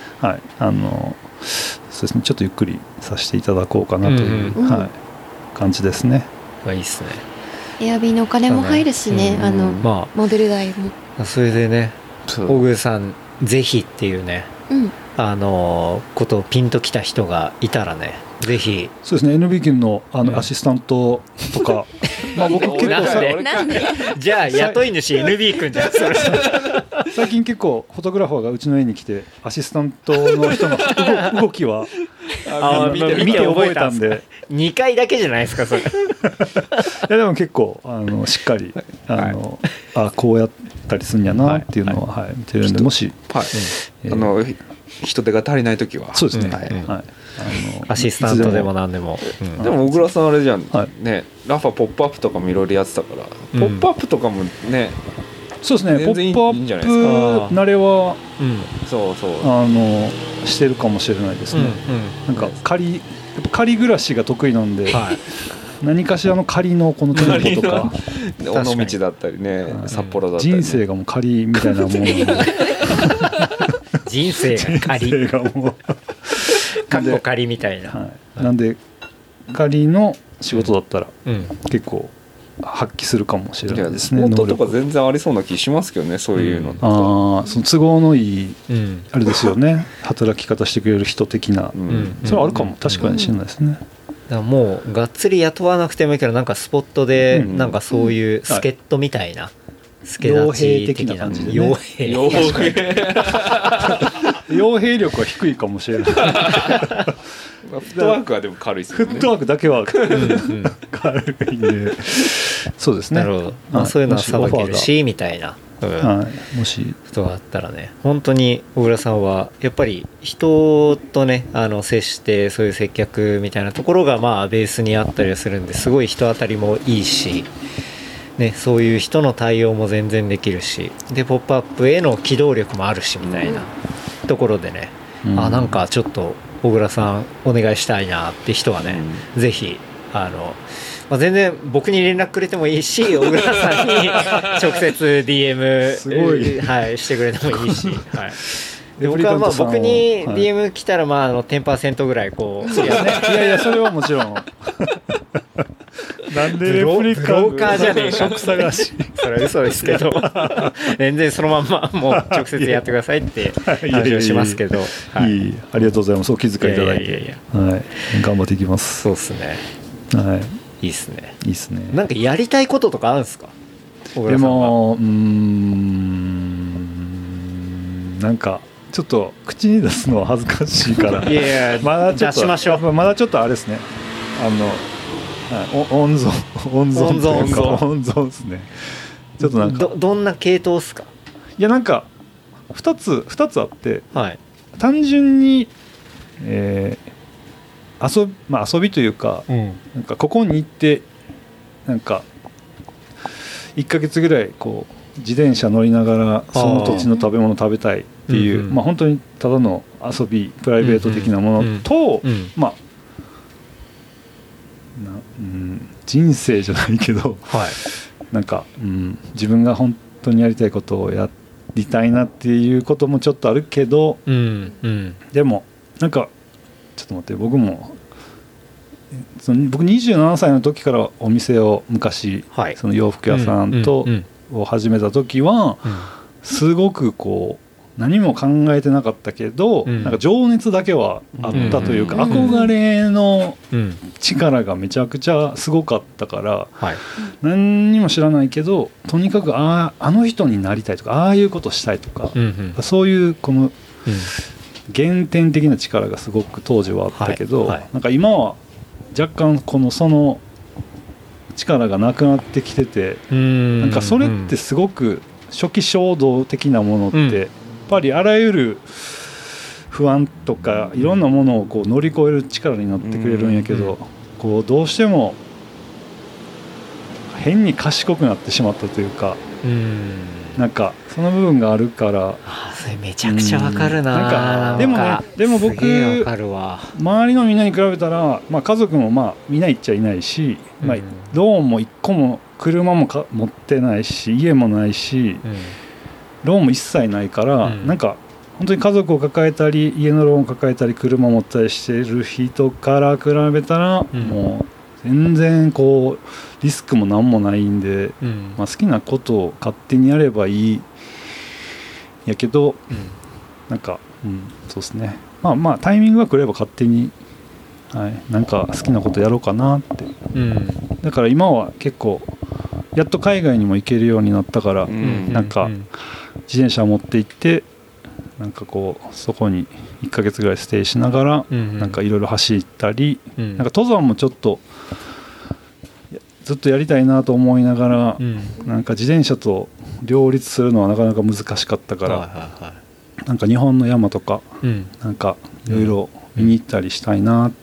そうですね、ちょっとゆっくりさせていただこうかなという感じですね。 いいですね。 エアビーのお金も入るしね、モデル代も。 それでね、小宮さんぜひっていうね、ことをピンときた人がいたらね、ぜひ。 そうですね、NB のアシスタントとか、僕結構じゃあ雇い主 NB 君じゃん。 最近結構フォトグラファーがうちの家に来て、アシスタントの人の動きは見て覚えたんで、 2回だけじゃないですかそれ。いやでも結構しっかりこうやったりするんやなっていうのは見てるんで、もし人手が足りないときは、 そうですね、 アシスタントでも何でも。 でも小倉さんあれじゃんね、ラファポップアップとかもいろいろやってたから、ポップアップとかもね、 そうですね、ポップアップ慣れはしてるかもしれないですね。なんか仮暮らしが得意なんで、何かしらの仮のこの店舗とか尾道だったりね、札幌だったり、 人生がもう仮みたいなものなんで人生が仮かっこ仮みたいな、 なんで仮の仕事だったら結構発揮するかもしれないですね。 スポットとか全然ありそうな気しますけどね、そういうの。 その都合のいいあれですよね、働き方してくれる人的な、それはあるかも、確かにしれないですね。 だからもうがっつり雇わなくてもいいけど、なんかスポットでなんかそういう助っ人みたいな、助立ち的な感じで、傭兵力は低いかもしれない。 フットワークはでも軽いですよね。 フットワークだけは軽いんで、そうですね。 なるほど。そういうのはさばけるしみたいな、 もしことがあったらね、本当に小倉さんはやっぱり人とね接してそういう接客みたいなところがベースにあったりはするんで、すごい人当たりもいいし。ね、そういう人の対応も全然できるし、でポップアップへの機動力もあるしみたいなところでね、なんかちょっと小倉さんお願いしたいなって人はね、ぜひまあ、全然僕に連絡くれてもいいし、小倉さんに直接 DM すごい、 はい、してくれてもいいし、はい、で僕はまあ僕に DM 来たらまあ10% ぐらいこう、 そうですね、いやいやそれはもちろんなんでレプリカンブローカーじゃねえ職探しそれは嘘ですけど全然そのまんまもう直接やってくださいって話をしますけど、 はい、いいありがとうございます。そう気遣いいただいて、はい、頑張っていきます。 そうですね、 はい、 いいっすね、 いいっすね。 なんかやりたいこととかあるんですか？ でもなんかちょっと口に出すのは恥ずかしいからいやいやまだちょっと出しましょう。 まだちょっとあれですね、温存ですね。ちょっとなんかどんな系統ですか？ いやなんか2つあって、 はい、 単純に、遊びというか、なんかここに行ってなんか1ヶ月ぐらいこう自転車乗りながらその土地の食べ物食べたいっていう、まあ本当にただの遊びプライベート的なものと、まあ人生じゃないけど、はい、なんか、自分が本当にやりたいことをやりたいなっていうこともちょっとあるけど、でもなんかちょっと待って、僕27歳の時からお店を昔、はい、その洋服屋さんを始めた時は、すごくこう何も考えてなかったけど、なんか情熱だけはあったというか、憧れの力がめちゃくちゃすごかったから、何にも知らないけどとにかくあの人になりたいとか、ああいうことしたいとか、そういうこの原点的な力がすごく当時はあったけど、なんか今は若干その力がなくなってきてて、なんかそれってすごく初期衝動的なものって、やっぱりあらゆる不安とかいろんなものをこう乗り越える力になってくれるんやけど、こうどうしても変に賢くなってしまったというか、なんかその部分があるから、 それめちゃくちゃわかるな。 なんかでも僕周りのみんなに比べたら、まあ、家族もまあみんな言っちゃいないし、まあ、ローンも1個も車も持ってないし家もないし、ローンも一切ないから、なんか本当に家族を抱えたり家のローンを抱えたり車を持ったりしている人から比べたら、もう全然こうリスクも何もないんで、まあ、好きなことを勝手にやればいいやけど、なんか、そうですね、まあタイミングが来れば勝手に、なんか好きなことやろうかなって、だから今は結構やっと海外にも行けるようになったから、なんか自転車を持って行ってなんかこうそこに1ヶ月ぐらいステイしながら、なんかいろいろ走ったり、なんか登山もちょっとずっとやりたいなと思いながら、なんか自転車と両立するのはなかなか難しかったから、なんか日本の山とか、なんかいろいろ見に行ったりしたいなって、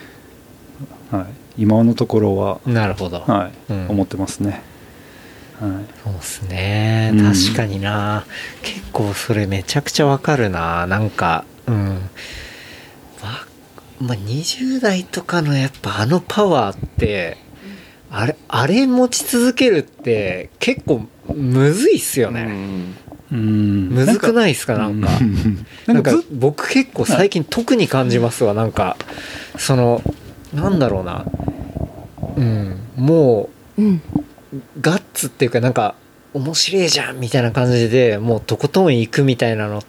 今のところはなるほど、 思ってますね。 そうですね、確かにな、結構それめちゃくちゃわかるな。なんかまあ20代とかのやっぱあのパワーってあれ持ち続けるって結構むずいっすよね。むずくないっすか？なんか僕結構最近特に感じますわ。なんかそのなんだろうな、もう、ガッツっていうかなんか面白いじゃんみたいな感じでもうとことん行くみたいなのって、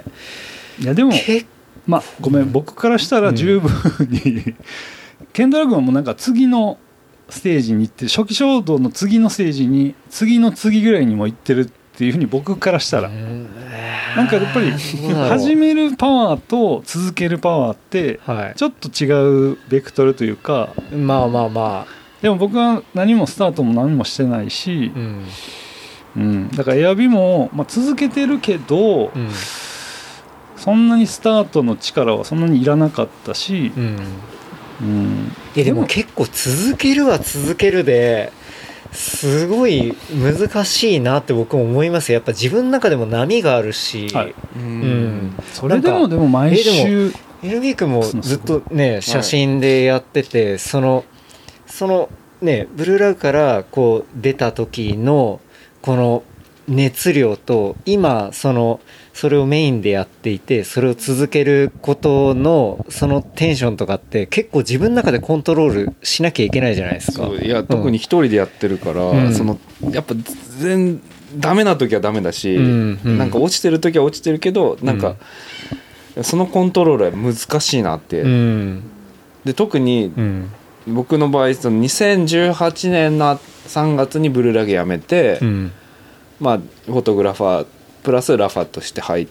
いやでもまあごめん、僕からしたら十分にケンドラ君はもうなんか次のステージに行って初期衝動の次のステージに次の次ぐらいにも行ってるっていうふうに僕からしたら、なんかやっぱり始めるパワーと続けるパワーってちょっと違うベクトルというか、 まあでも僕は何もスタートも何もしてないし、だからエアビも、続けてるけど、そんなにスタートの力はそんなにいらなかったし、 でも結構続けるは続けるですごい難しいなって僕も思います。やっぱ自分の中でも波があるし、 それでも毎週エルビー君もずっとね写真でやってて、そのねブルーラグからこう出た時のこの熱量と今それをメインでやっていてそれを続けることのそのテンションとかって結構自分の中でコントロールしなきゃいけないじゃないですか。 いや特に一人でやってるから、やっぱダメな時はダメだし、なんか落ちてる時は落ちてるけどなんか、そのコントロールは難しいなって、で特に、僕の場合その2018年の3月にブルーラグやめて、まあフォトグラファープラスラファとして入って、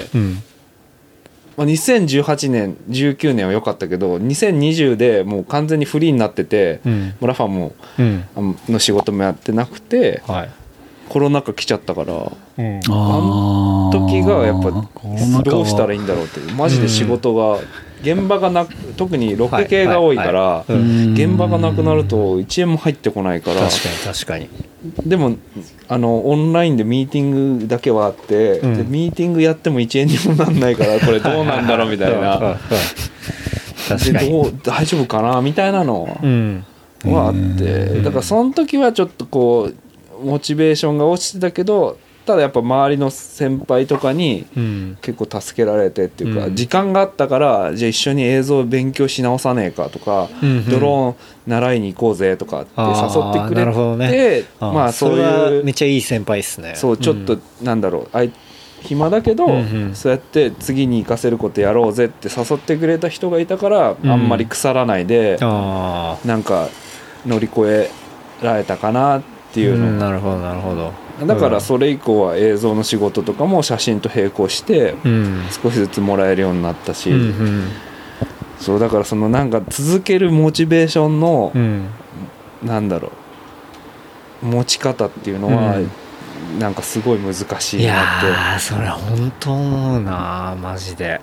まあ、2018年19年は良かったけど2020でもう完全にフリーになってて、もうラファも、の仕事もやってなくて、コロナ禍来ちゃったから、あの時がやっぱどうしたらいいんだろうってマジで仕事が、現場がなく特にロケ系が多いから、現場がなくなると1円も入ってこないから。 確かにでもオンラインでミーティングだけはあって、でミーティングやっても1円にもなんないからこれどうなんだろうみたいなで大丈夫かなみたいなのはあって、だからその時はちょっとこうモチベーションが落ちてたけど、ただやっぱ周りの先輩とかに結構助けられてっていうか、時間があったからじゃあ一緒に映像を勉強し直さねえかとか、ドローン習いに行こうぜとかって誘ってくれて、まあそういうめっちゃいい先輩ですね。 そうちょっとなんだろう、暇だけどそうやって次に行かせることやろうぜって誘ってくれた人がいたから、あんまり腐らないでなんか乗り越えられたかなっていうの。 なるほどなるほど。 だからそれ以降は映像の仕事とかも写真と並行して少しずつもらえるようになったし、そうだからそのなんか続けるモチベーションのなんだろう持ち方っていうのはなんかすごい難しいなって。いやそれ本当思うなマジで。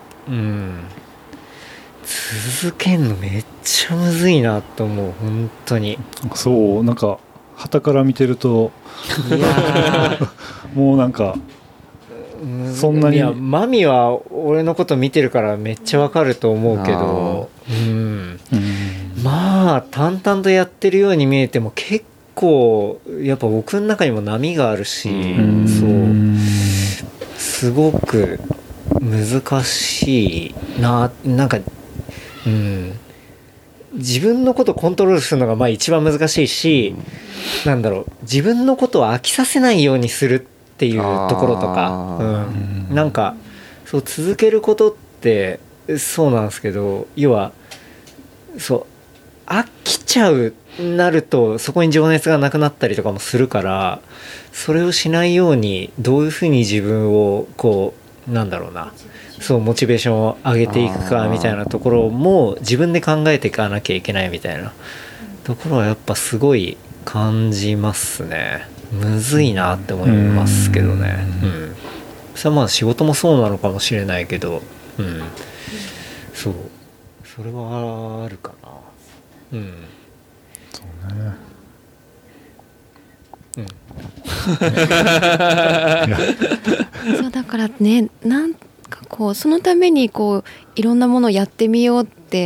続けんのめっちゃむずいなと思う本当に。 そうなんか傍から見てるといやもうなんかそんなに。いやマミは俺のこと見てるからめっちゃわかると思うけど、まあ淡々とやってるように見えても結構やっぱ僕の中にも波があるし、そうすごく難しいな。なんか自分のことをコントロールするのがまあ一番難しいし、なんだろう自分のことを飽きさせないようにするっていうところとか、なんかそう続けることってそうなんですけど、要はそう飽きちゃうなるとそこに情熱がなくなったりとかもするから、それをしないようにどういうふうに自分をこうなんだろうな、そうモチベーションを上げていくかみたいなところも自分で考えていかなきゃいけないみたいなところはやっぱすごい感じますね。むずいなって思いますけどね。それはまあ仕事もそうなのかもしれないけど、そうそれはあるかな。 そうね。 そうだからね、なんかこうそのためにこういろんなものをやってみようって、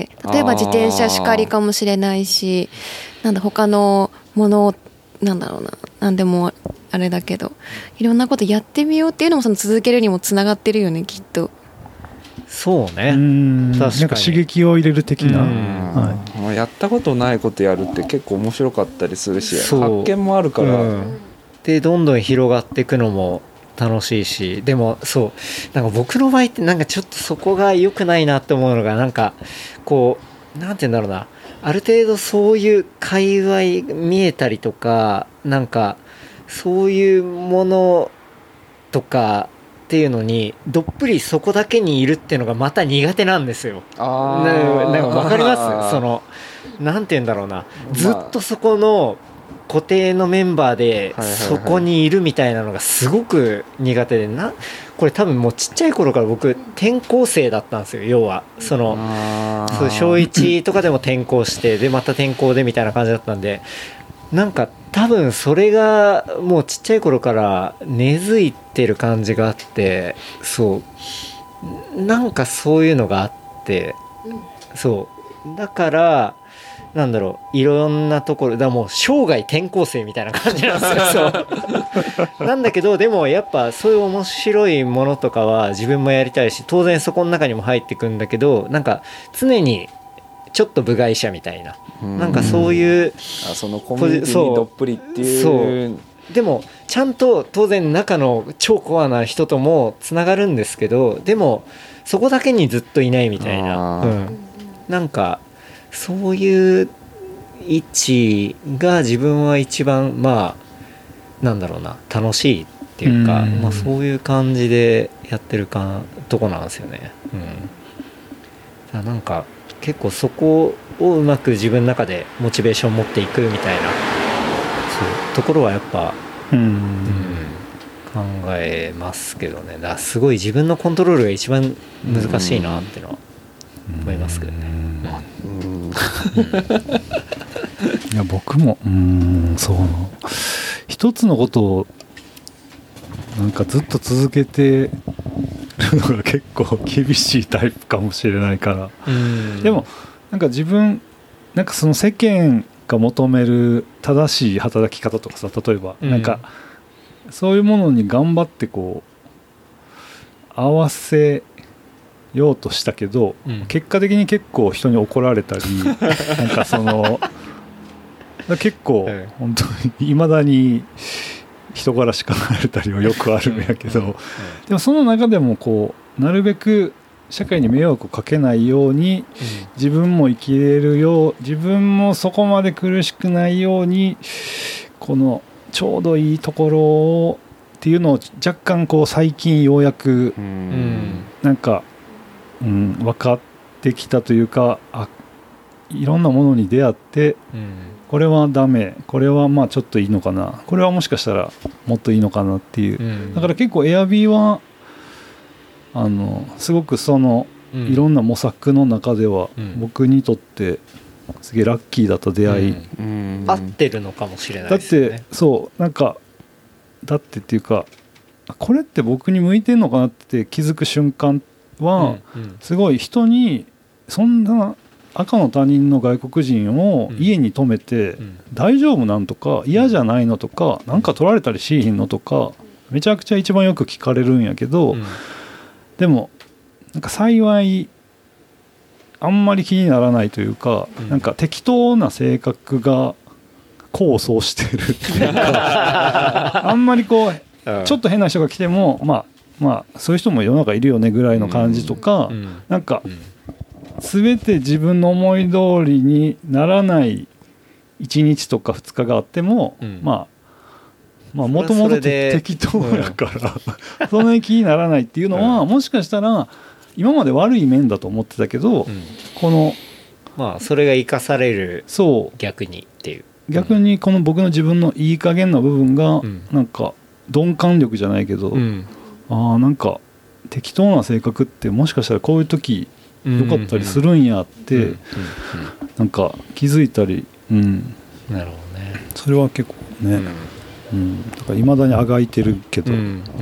例えば自転車しかりかもしれないし、なんだ他のものをなんだろうな、なんでもあれだけどいろんなことやってみようっていうのもその続けるにもつながってるよねきっと。 そうね。 なんか刺激を入れる的な、 やったことないことやるって結構面白かったりするし、発見もあるから、 でどんどん広がっていくのも楽しいし、でもそうなんか僕の場合ってなんかちょっとそこが良くないなって思うのが、なんかこうなんて言うんだろうな、ある程度そういう界隈見えたりとか、なんかそういうものとかっていうのにどっぷりそこだけにいるっていうのがまた苦手なんですよ。なんか分かります？そのなんて言うんだろうな、ずっとそこの固定のメンバーでそこにいるみたいなのがすごく苦手で、これ多分もうちっちゃい頃から僕転校生だったんですよ。要はその小1とかでも転校してでまた転校でみたいな感じだったんで、なんか多分それがもうちっちゃい頃から根付いてる感じがあって、そうなんかそういうのがあって、そうだからなんだろう、いろんなところだからもう生涯転校生みたいな感じなんですよそうなんだけど、でもやっぱそういう面白いものとかは自分もやりたいし、当然そこの中にも入ってくんだけど、なんか常にちょっと部外者みたいな、なんかそういうそのコミュニティにどっぷりっていう。 でもちゃんと当然中の超コアな人ともつながるんですけど、でもそこだけにずっといないみたいな、なんかそういう位置が自分は一番まあなんだろうな、楽しいっていうか、まあ、そういう感じでやってるとこなんですよね。なんか結構そこをうまく自分の中でモチベーション持っていくみたいな、そうところはやっぱ考えますけどね。だからすごい自分のコントロールが一番難しいなっていうのは思いますけどね。 いや僕もそう一つのことをなんかずっと続けてるのが結構厳しいタイプかもしれないから、でもなんか自分なんかその世間が求める正しい働き方とかさ、例えばなんかそういうものに頑張ってこう合わせようとしたけど、結果的に結構人に怒られたりなんかその結構本当にいまだに人柄しかなれたりはよくあるんやけど、でもその中でもこうなるべく社会に迷惑をかけないように自分も生きれるよう、自分もそこまで苦しくないようにこのちょうどいいところをっていうのを若干こう最近ようやくなんか分かってきたというか、いろんなものに出会って、これはダメ、これはまあちょっといいのかな、これはもしかしたらもっといいのかなっていう、だから結構エアビーはすごくそのいろんな模索の中では僕にとってすげえラッキーだった出会い、 合ってるのかもしれないですね。 だってそうなんかだってっていうか、これって僕に向いてんのかなって気づく瞬間はすごい人にそんな赤の他人の外国人を家に泊めて大丈夫なんとか嫌じゃないのとかなんか取られたりしひんのとかめちゃくちゃ一番よく聞かれるんやけど、でもなんか幸いあんまり気にならないというか、なんか適当な性格が功を奏してるっていうかあんまりこうちょっと変な人が来てもまあそういう人も世の中いるよねぐらいの感じとか、なんか全て自分の思い通りにならない1日とか2日があっても、まあもともと適当やからそんなに気にならないっていうのは、もしかしたら今まで悪い面だと思ってたけど、このまあそれが生かされる、逆にっていう、 逆にこの僕の自分のいい加減な部分がなんか鈍感力じゃないけど、なんか適当な性格ってもしかしたらこういう時良かったりするんやってなんか気づいたり、 なるほどね。 それは結構ね、だから未だにあがいてるけど、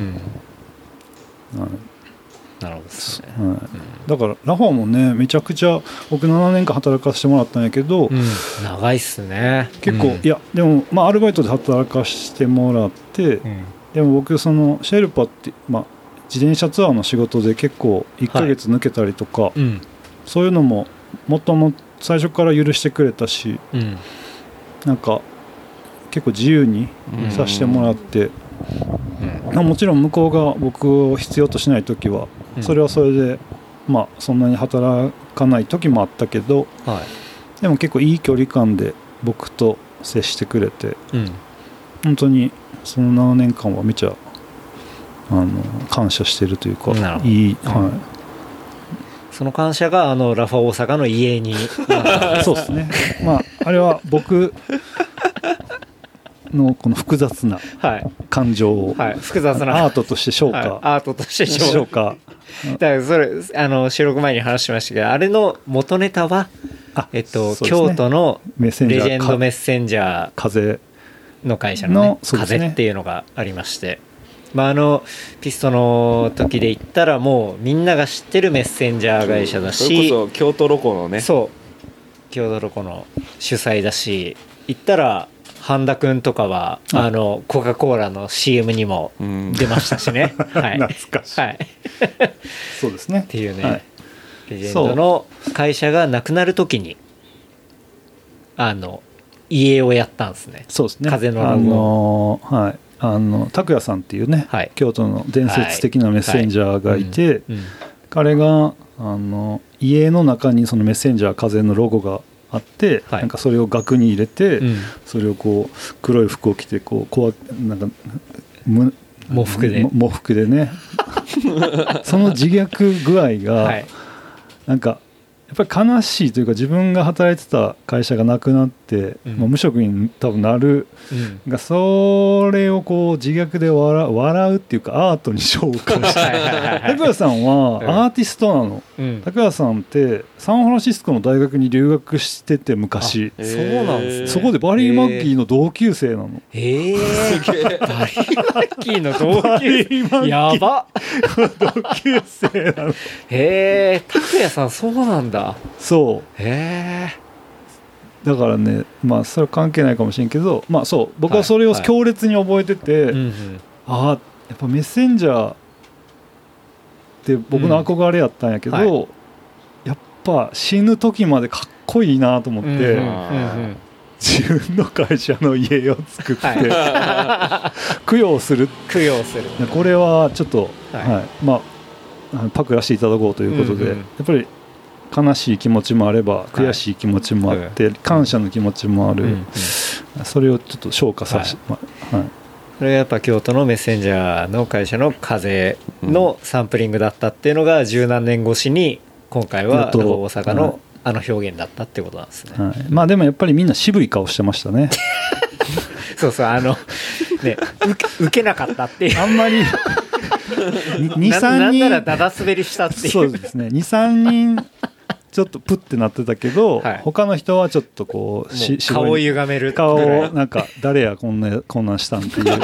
なるほどですね。 だからラファもねめちゃくちゃ僕7年間働かせてもらったんやけど、 長いっすね結構、いやでもまあアルバイトで働かせてもらって、でも僕そのシェルパって自転車ツアーの仕事で結構1ヶ月抜けたりとか、そういうのももとも最初から許してくれたし、なんか結構自由にさせてもらって、もちろん向こうが僕を必要としない時はそれはそれでそんなに働かない時もあったけど、でも結構いい距離感で僕と接してくれて、本当にその7年間はめちゃ感謝してるというか、いい、 その感謝がラファ大阪の家にそうですね。あれは僕のこの複雑な感情を、 複雑なアートとして消化、 アートとして消化だからそれ収録前に話しましたけど、あれの元ネタは京都のレジェンドメッセンジャー風の会社の風っていうのがありまして、ピストの時で言ったらもうみんなが知ってるメッセンジャー会社だし、 それこそ京都ロコのね、 京都ロコの主催だし、行ったら半田君とかはコカ・コーラの CM にも出ましたしね、はい、 懐かしい、 はい、 そうですねっていうね、 はい、 レジェンドの会社がなくなるときに家をやったんですね。 そうですね、 風のロゴ、 はい、拓也さんっていうね、はい、京都の伝説的なメッセンジャーがいて、彼が家の中にそのメッセンジャー風のロゴがあって、はい、なんかそれを額に入れて、それをこう黒い服を着てこうなんか喪服でねその自虐具合が、はい、なんかやっぱり悲しいというか、自分が働いてた会社がなくなって、もう無職に多分なる、がそれをこう自虐で笑うっていうかアートに昇華して拓也さんはアーティストなの、拓也さんってサンフランシスコの大学に留学してて昔、 そうなんですね、 そこでバリー・マッギーの同級生なの。 バリー・マッギーの同級生やば同級生なの。 拓也さんそうなんだ。 そうだからね、まあそれは関係ないかもしれんけど、まあそう僕はそれを強烈に覚えてて、やっぱメッセンジャーって僕の憧れやったんやけど、やっぱ死ぬ時までかっこいいなと思って、自分の会社の家を作って、供養するこれはちょっと、まあパクらせていただこうということで、やっぱり悲しい気持ちもあれば悔しい気持ちもあって、感謝の気持ちもある、それをちょっと消化させて、 それがやっぱ京都のメッセンジャーの会社の風のサンプリングだったっていうのが十何年越しに今回は大阪の表現だったってことなんですね、 まあでもやっぱりみんな渋い顔してましたねそうね受けなかったっていう、 あんまり2、3人なんならダダ滑りしたっていう、 そうですね、2、3人ちょっとプッてなってたけど、他の人はちょっとこう顔を歪める、 顔をなんか誰やこんなんしたんっていう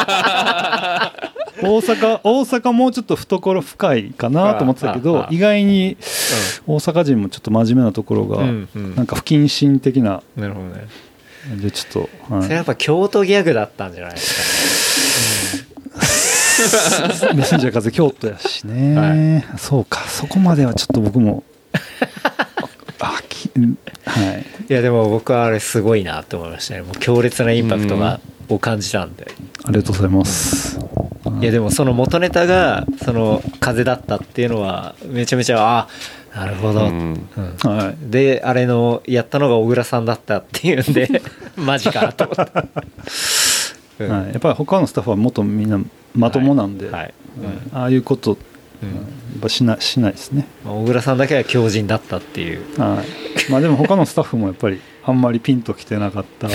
大阪もうちょっと懐深いかなと思ってたけど、意外に大阪人もちょっと真面目なところがなんか不謹慎的な、 なるほどね、 でちょっと、 それやっぱ京都ギャグだったんじゃないですかね、メッセンジャー風京都やしね、そうか、そこまではちょっと僕もいやでも僕はあれすごいなと思いましたね。もう強烈なインパクトを感じたんで、 ありがとうございます。 いやでもその元ネタがその風だったっていうのはめちゃめちゃなるほど、であれのやったのが小倉さんだったっていうんでマジかと思って、 やっぱり他のスタッフはもっとみんなまともなんで、ああいうことやっぱしないですね。 小倉さんだけは強靭だったっていう、 まあでも他のスタッフもやっぱりあんまりピンときてなかったいい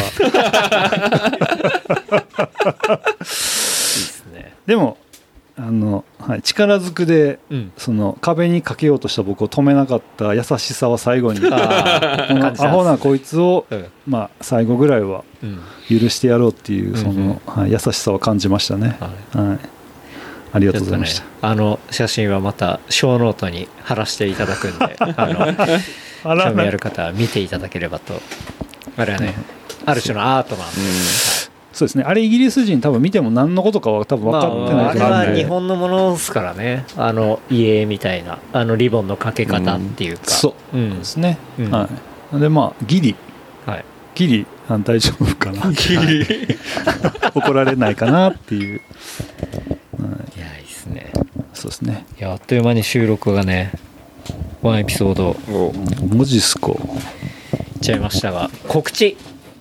ですね。でも力ずくで、その壁にかけようとした僕を止めなかった優しさは最後にこのアホなこいつを、まあ最後ぐらいは許してやろうっていうその、優しさは感じましたね。ありがとうございました。 写真はまた小ノートに貼らせていただくんで興味ある方は見ていただければと。あれはね、ある種のアートなんで、 そうですね、あれイギリス人多分見ても何のことかは多分分かってないと思うんで、 あれは日本のものですからね、家みたいなリボンのかけ方っていうか、 そうですね、でまあギリ大丈夫かな怒られないかなっていう、 いやいいですね。 そうですね。 いやあっという間に収録がねワンエピソード文字っすかいっちゃいましたが、告知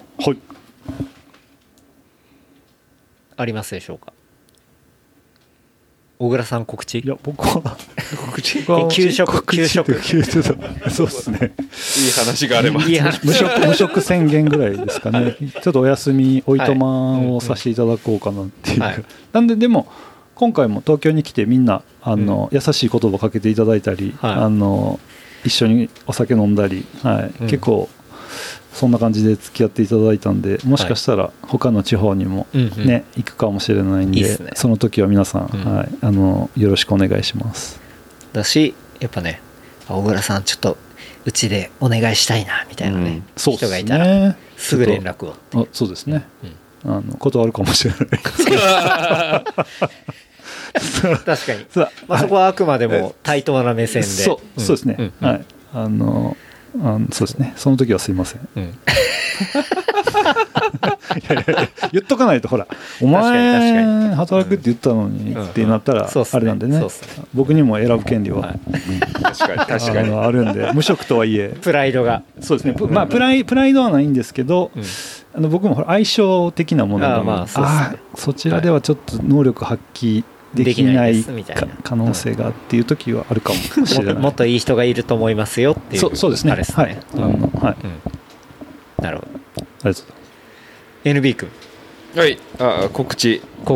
ありますでしょうか。小倉さん告知。 いや僕は給食そうですね、 いい話があれば無職宣言ぐらいですかねちょっとお休みおいとまをさせていただこうかなっていう、なんででも今回も東京に来てみんな優しい言葉をかけていただいたり、一緒にお酒飲んだり、結構そんな感じで付き合っていただいたんで、もしかしたら他の地方にもね、行くかもしれないんで、その時は皆さん、よろしくお願いします。 だしやっぱね、小倉さんちょっとうちでお願いしたいなみたいなね、 人がいたらすぐ連絡を。 そうですね、断るかもしれない確かに、そこはあくまでも対等な目線で。 そうですね、はい、そうですね、その時はすいません、いや言っとかないと、ほらお前働くって言ったのにってなったらあれなんでね、僕にも選ぶ権利は確かにあるんで、無職とはいえプライドが、 そうですね、プライドはないんですけど、僕も相性的なものがそちらではちょっと能力発揮できない可能性がっていう時はあるかもしれない。 もっといい人がいると思いますよっていう。 そうですね。 あれですね。 はい。 なるほど。 ありがとうございます。 NB 君。 はい。告知。 直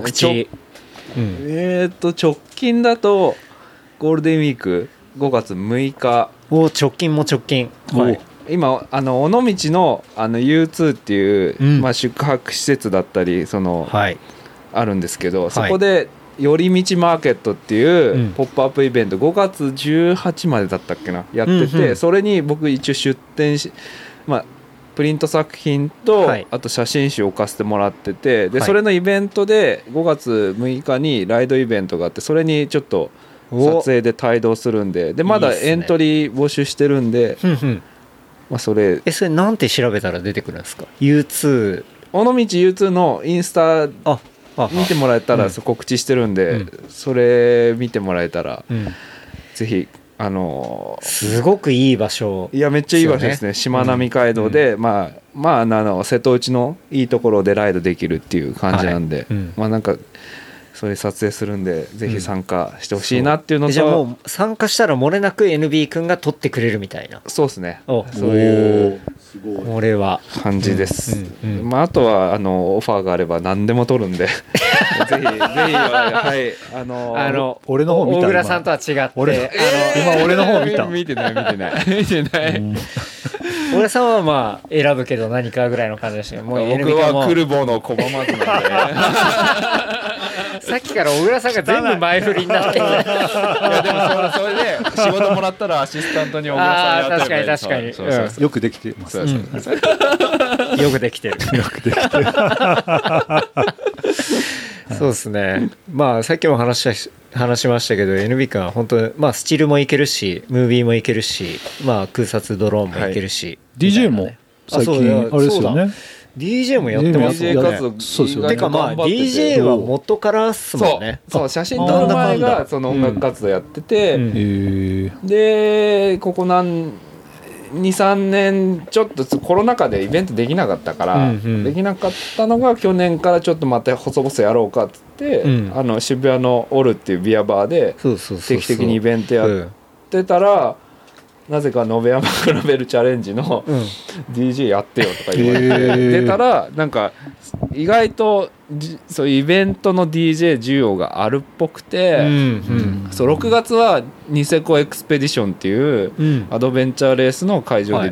近だとゴールデンウィーク5月6日。 直近。 はい。今尾道のU2 っていう宿泊施設だったりあるんですけど、そこで寄り道マーケットっていうポップアップイベント5月18までだったっけなやってて、それに僕一応出展し、プリント作品とあと写真集を置かせてもらってて、でそれのイベントで5月6日にライドイベントがあって、それにちょっと撮影で帯同するんで、まだエントリー募集してるんで、それなんて調べたら出てくるんですか？ U2 尾道 U2 のインスタ見てもらえたら告知してるんで、それ見てもらえたらぜひすごくいい場所、 いやめっちゃいい場所ですね。しまなみ海道で瀬戸内のいいところでライドできるっていう感じなんで、なんかそれ撮影するんでぜひ参加してほしいなっていうのと、 じゃあもう参加したら漏れなく NB 君が撮ってくれるみたいな。 そうですね、そういう俺は感じです。あとはオファーがあれば何でも撮るんでぜひはい俺の方見た。 大倉さんとは違って、 今俺の方見た。 見てない大倉さんは選ぶけど何かぐらいの感じでしたけど、もう僕はクルボの拒まずなんでさっきから小倉さんが全部前振りになってる。いやでもそれで仕事もらったらアシスタントに小倉さんやってる。 確かによくできてます。 よくできてる。そうですね。さっきも話しましたけど、 NB 君は本当スチルもいけるし、ムービーもいけるし、空撮ドローンもいけるし、 DJ も最近あれですよね。 DJ もやってますよね。 そうですよね。 てかDJ は元からっすもんね。 そう写真撮る前がその音楽活動やってて、でここ2,3 年ちょっとコロナ禍でイベントできなかったから、できなかったのが去年からちょっとまた細々やろうかっつって、渋谷のオルっていうビアバーで定期的にイベントやってたら、なぜか延山クラベルチャレンジの DJ やってよとか言われて出たら、なんか意外とそういうイベントの DJ 需要があるっぽくて、6月はニセコエクスペディションっていうアドベンチャーレースの会場で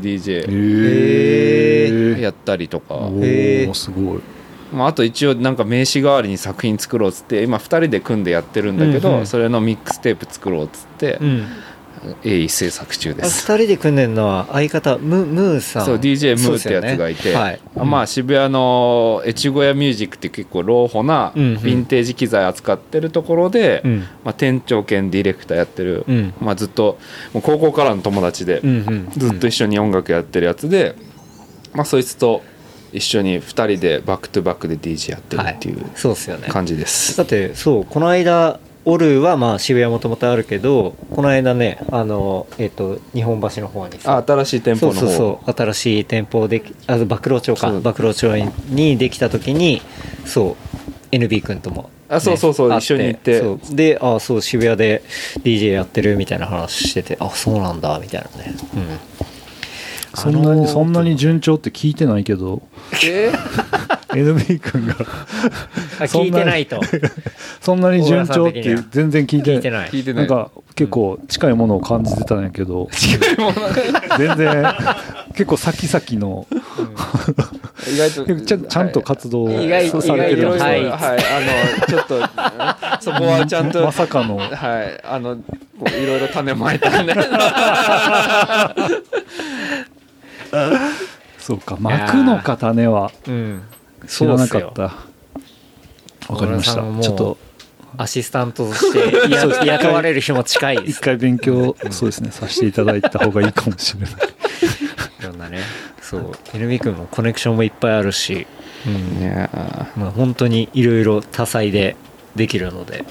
DJ やったりとか、 すごい。 あと一応なんか名刺代わりに作品作ろうっつって今2人で組んでやってるんだけど、それのミックステープ作ろうっつって鋭意制作中です。 2人で組んでるのは相方ムーさん。 そう DJ ムーってやつがいて、渋谷の越後屋ミュージックって結構ローホなヴィンテージ機材扱ってるところで、店長兼ディレクターやってる、ずっともう高校からの友達で、ずっと一緒に音楽やってるやつで、そいつと一緒に2人でバックトゥバックで DJ やってるっていう感じです。 だってこの間オルは渋谷もともとあるけど、この間ね日本橋の方に新しい店舗の方、 新しい店舗で馬喰町にできた時にNB 君とも、 そう一緒に行って、 で渋谷で DJ やってるみたいな話してて、そうなんだみたいなね。 そんなに順調って聞いてないけど、NB 君が聞いてないとそんなに順調って全然聞いてない。なんか結構近いものを感じてたんやけど、全然結構先々の意外とちゃんと活動されてるんですよ。 ちょっとそこはちゃんとまさかのこういろいろ種まいたんでそうか、巻くのか種は知らなかった。わかりました。ちょっとアシスタントとして雇われる日も近いです。 一回勉強、そうですね、させていただいた方がいいかもしれない。いろんなね、そう NB 君もコネクションもいっぱいあるし、まあ本当にいろいろ多彩でできるので、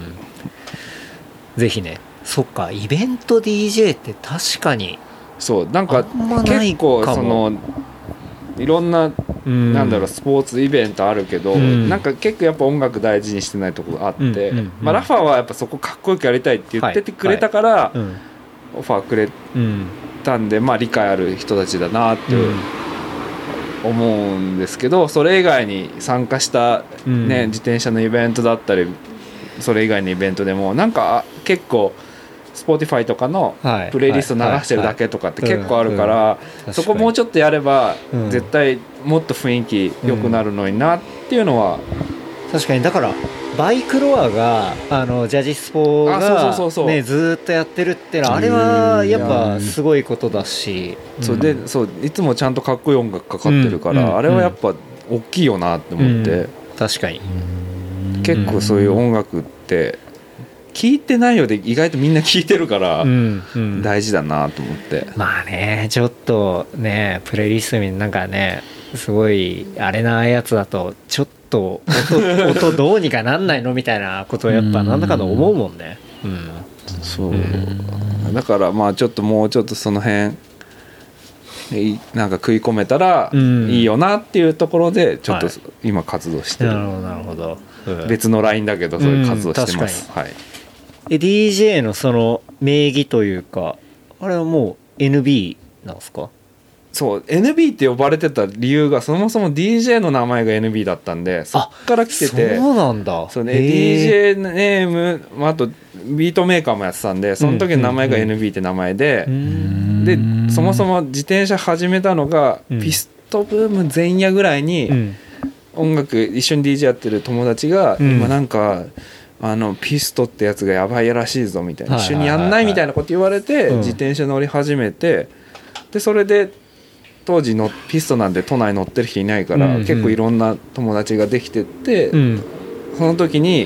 ぜひね。そっか、イベント DJ って確かにそうなんか結構そのいろんな、なんだろうスポーツイベントあるけど、なんか結構やっぱ音楽大事にしてないところがあって、まあ、ラファーはやっぱそこかっこよくやりたいって言っててくれたから、オファーくれたんで、まあ理解ある人たちだなって思うんですけど、それ以外に参加した、ね、自転車のイベントだったりそれ以外のイベントでもなんか結構Spotify とかのプレイリスト流してるだけとかって結構あるから、そこもうちょっとやれば絶対もっと雰囲気良くなるのになっていうのは、 確かに。だからバイクロアがジャジスポがねずっとやってるってのはあれはやっぱすごいことだし、 そうでそういつもちゃんとかっこいい音楽かかってるから、あれはやっぱ大きいよなって思って、 確かに結構そういう音楽って聞いてないようで意外とみんな聞いてるから大事だなと思って、 まあねちょっとねプレイリストになんかねすごいあれなやつだとちょっと音どうにかなんないのみたいなことをやっぱなんだかと思うもんね。 そうだからまあちょっともうちょっとその辺なんか食い込めたらいいよなっていうところでちょっと今活動してる。 なるほど。 別のラインだけどそういう活動してます。はい。 DJ のその名義というかあれはもう NB なんですか？ そう NB って呼ばれてた理由がそもそも DJ の名前が NB だったんで、そっから来てて。 そうなんだ。 そうね、DJ ネームあとビートメーカーもやってたんで、その時の名前が NB って名前で、でそもそも自転車始めたのがピストブーム前夜ぐらいに音楽一緒に DJ やってる友達が今なんかピストってやつがやばいらしいぞみたいな、一緒にやんないみたいなこと言われて自転車乗り始めて、でそれで当時のピストなんで都内乗ってる人いないから、結構いろんな友達ができてって、その時に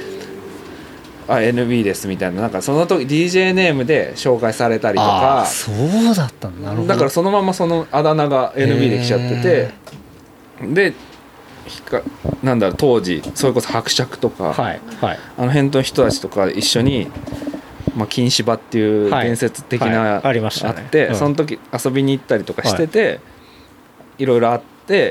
NB ですみたいな、なんかその時 DJ ネームで紹介されたりとか。 そうだったんだ。なるほど。 だからそのままそのあだ名が NB できちゃってて、でなんだろう当時それこそ伯爵とか、あの辺の人たちとか一緒に、金芝っていう伝説的なあって、その時遊びに行ったりとかしてて、いろいろあって、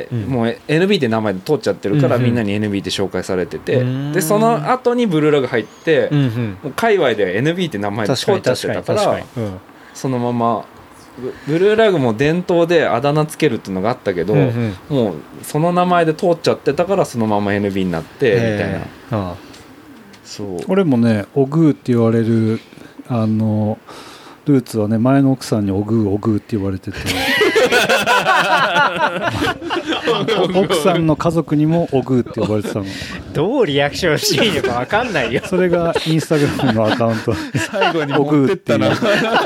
もう NB って名前で通っちゃってるから、みんなに NB って紹介されてて、でその後にブルーラグ入って、もう界隈では NB って名前で通っちゃってたから、そのままブルーラグも伝統であだ名つけるっていうのがあったけど、もうその名前で通っちゃってたからそのまま NB になってみたいな。 そう俺もねオグーって言われるルーツはね前の奥さんにオグーって言われてて奥さんの家族にもオグーって呼ばれてたの。 どうリアクションしていいのか分かんないよ。 それがインスタグラムのアカウント最後に持ってったな。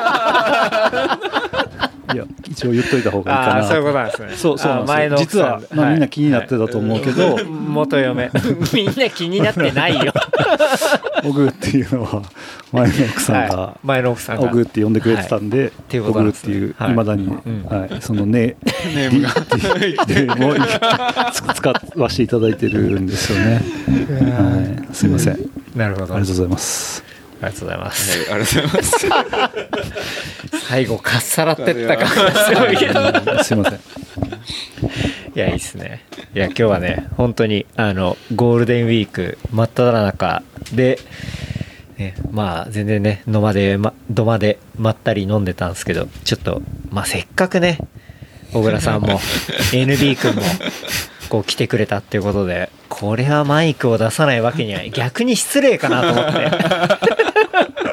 いや一応言っといた方がいいかな。 そういうことなんですね。 そうなんですよ。実は、みんな気になってたと思うけど、 元嫁みんな気になってないよ。 オグっていうのは前の奥さんがオグって呼んでくれてたんで、オグっていういまだにそのネームが使わせていただいてるんですよね。すいません。 なるほど。 ありがとうございます。 ありがとうございます。 ありがとうございます。 最後かっさらってった感がすごいけど。 すいません。 いやいいですね。いや今日はね本当にゴールデンウィーク真っ只中で、ね、全然ね土間でまったり飲んでたんですけど、ちょっとせっかくね小倉さんもNB 君もこう来てくれたっていうことで、これはマイクを出さないわけには逆に失礼かなと思って。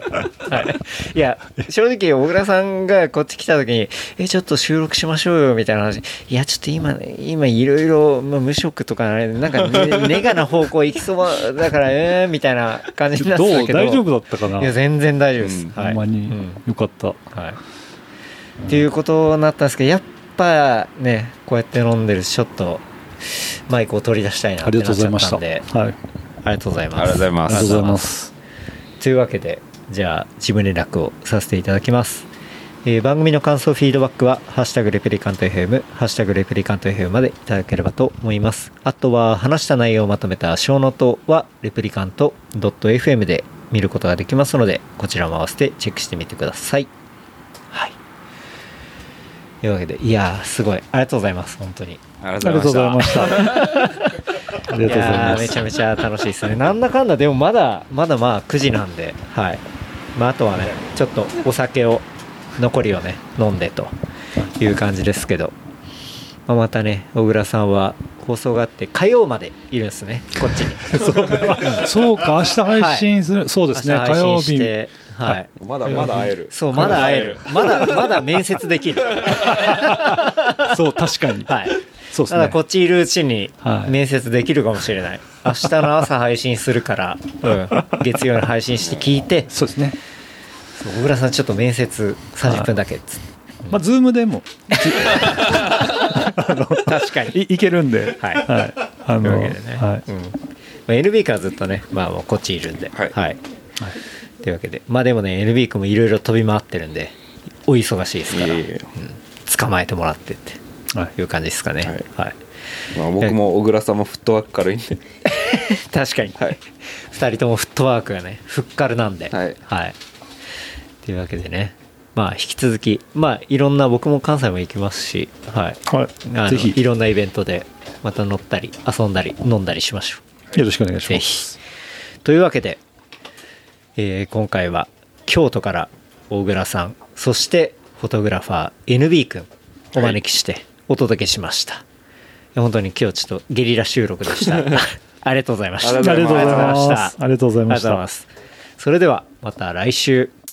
はい、いや正直小倉さんがこっち来た時にちょっと収録しましょうよみたいな話、いやちょっと今いろいろ無職とかなんかネガな方向行きそうだからみたいな感じになってたけど、 大丈夫だったかな。 いや全然大丈夫です、 ほんまによかった、 っていうことになったんですけど、やっぱねこうやって飲んでるちょっとマイクを取り出したいなってなっちゃったんで、ありがとうございます。 ありがとうございます。 ありがとうございます。 というわけでじゃあ事務連絡をさせていただきます。番組の感想フィードバックはハッシュタグレプリカント FM ハッシュタグレプリカント FM までいただければと思います。あとは話した内容をまとめた小ノートはレプリカント .fm で見ることができますので、こちらも合わせてチェックしてみてください。はい、というわけで、いやすごいありがとうございます。本当にありがとうございました。 ありがとうございます。 めちゃめちゃ楽しいですね。なんだかんだでもまだまあ9時なんで、はい、あとはねちょっとお酒を残りをね飲んでという感じですけど、またね小倉さんは放送があって火曜までいるんですね、こっちに。 そうか、明日配信する、はい、そうですね、火曜日、 はい、まだ会える。 そう、まだ会える。まだ面接できる。 そう、確かに。 はい。 そうですね。 ただこっちいるうちに面接できるかもしれない。明日の朝配信するから、月曜に配信して聞いて、 そうですね。 小倉さんちょっと面接30分だけっつって。 まあ、ズームでも確かにいけるんで、 はい、というわけでね、NB からずっとね、もうこっちいるんで、はいというわけで、でもね NB 君もいろいろ飛び回ってるんでお忙しいですから、捕まえてもらってっていう感じですかね。はい、 僕も小倉さんもフットワーク軽いんで確かに、2人ともフットワークがねふっかるなんで、というわけでね、引き続きいろんな、僕も関西も行きますし、ぜひいろんなイベントでまた乗ったり遊んだり飲んだりしましょう。よろしくお願いします。 というわけで、今回は京都から大倉さん、そしてフォトグラファー NB 君お招きしてお届けしました。本当に今日ちょっとゲリラ収録でしたありがとうございました。 ありがとうございました。 それではまた来週。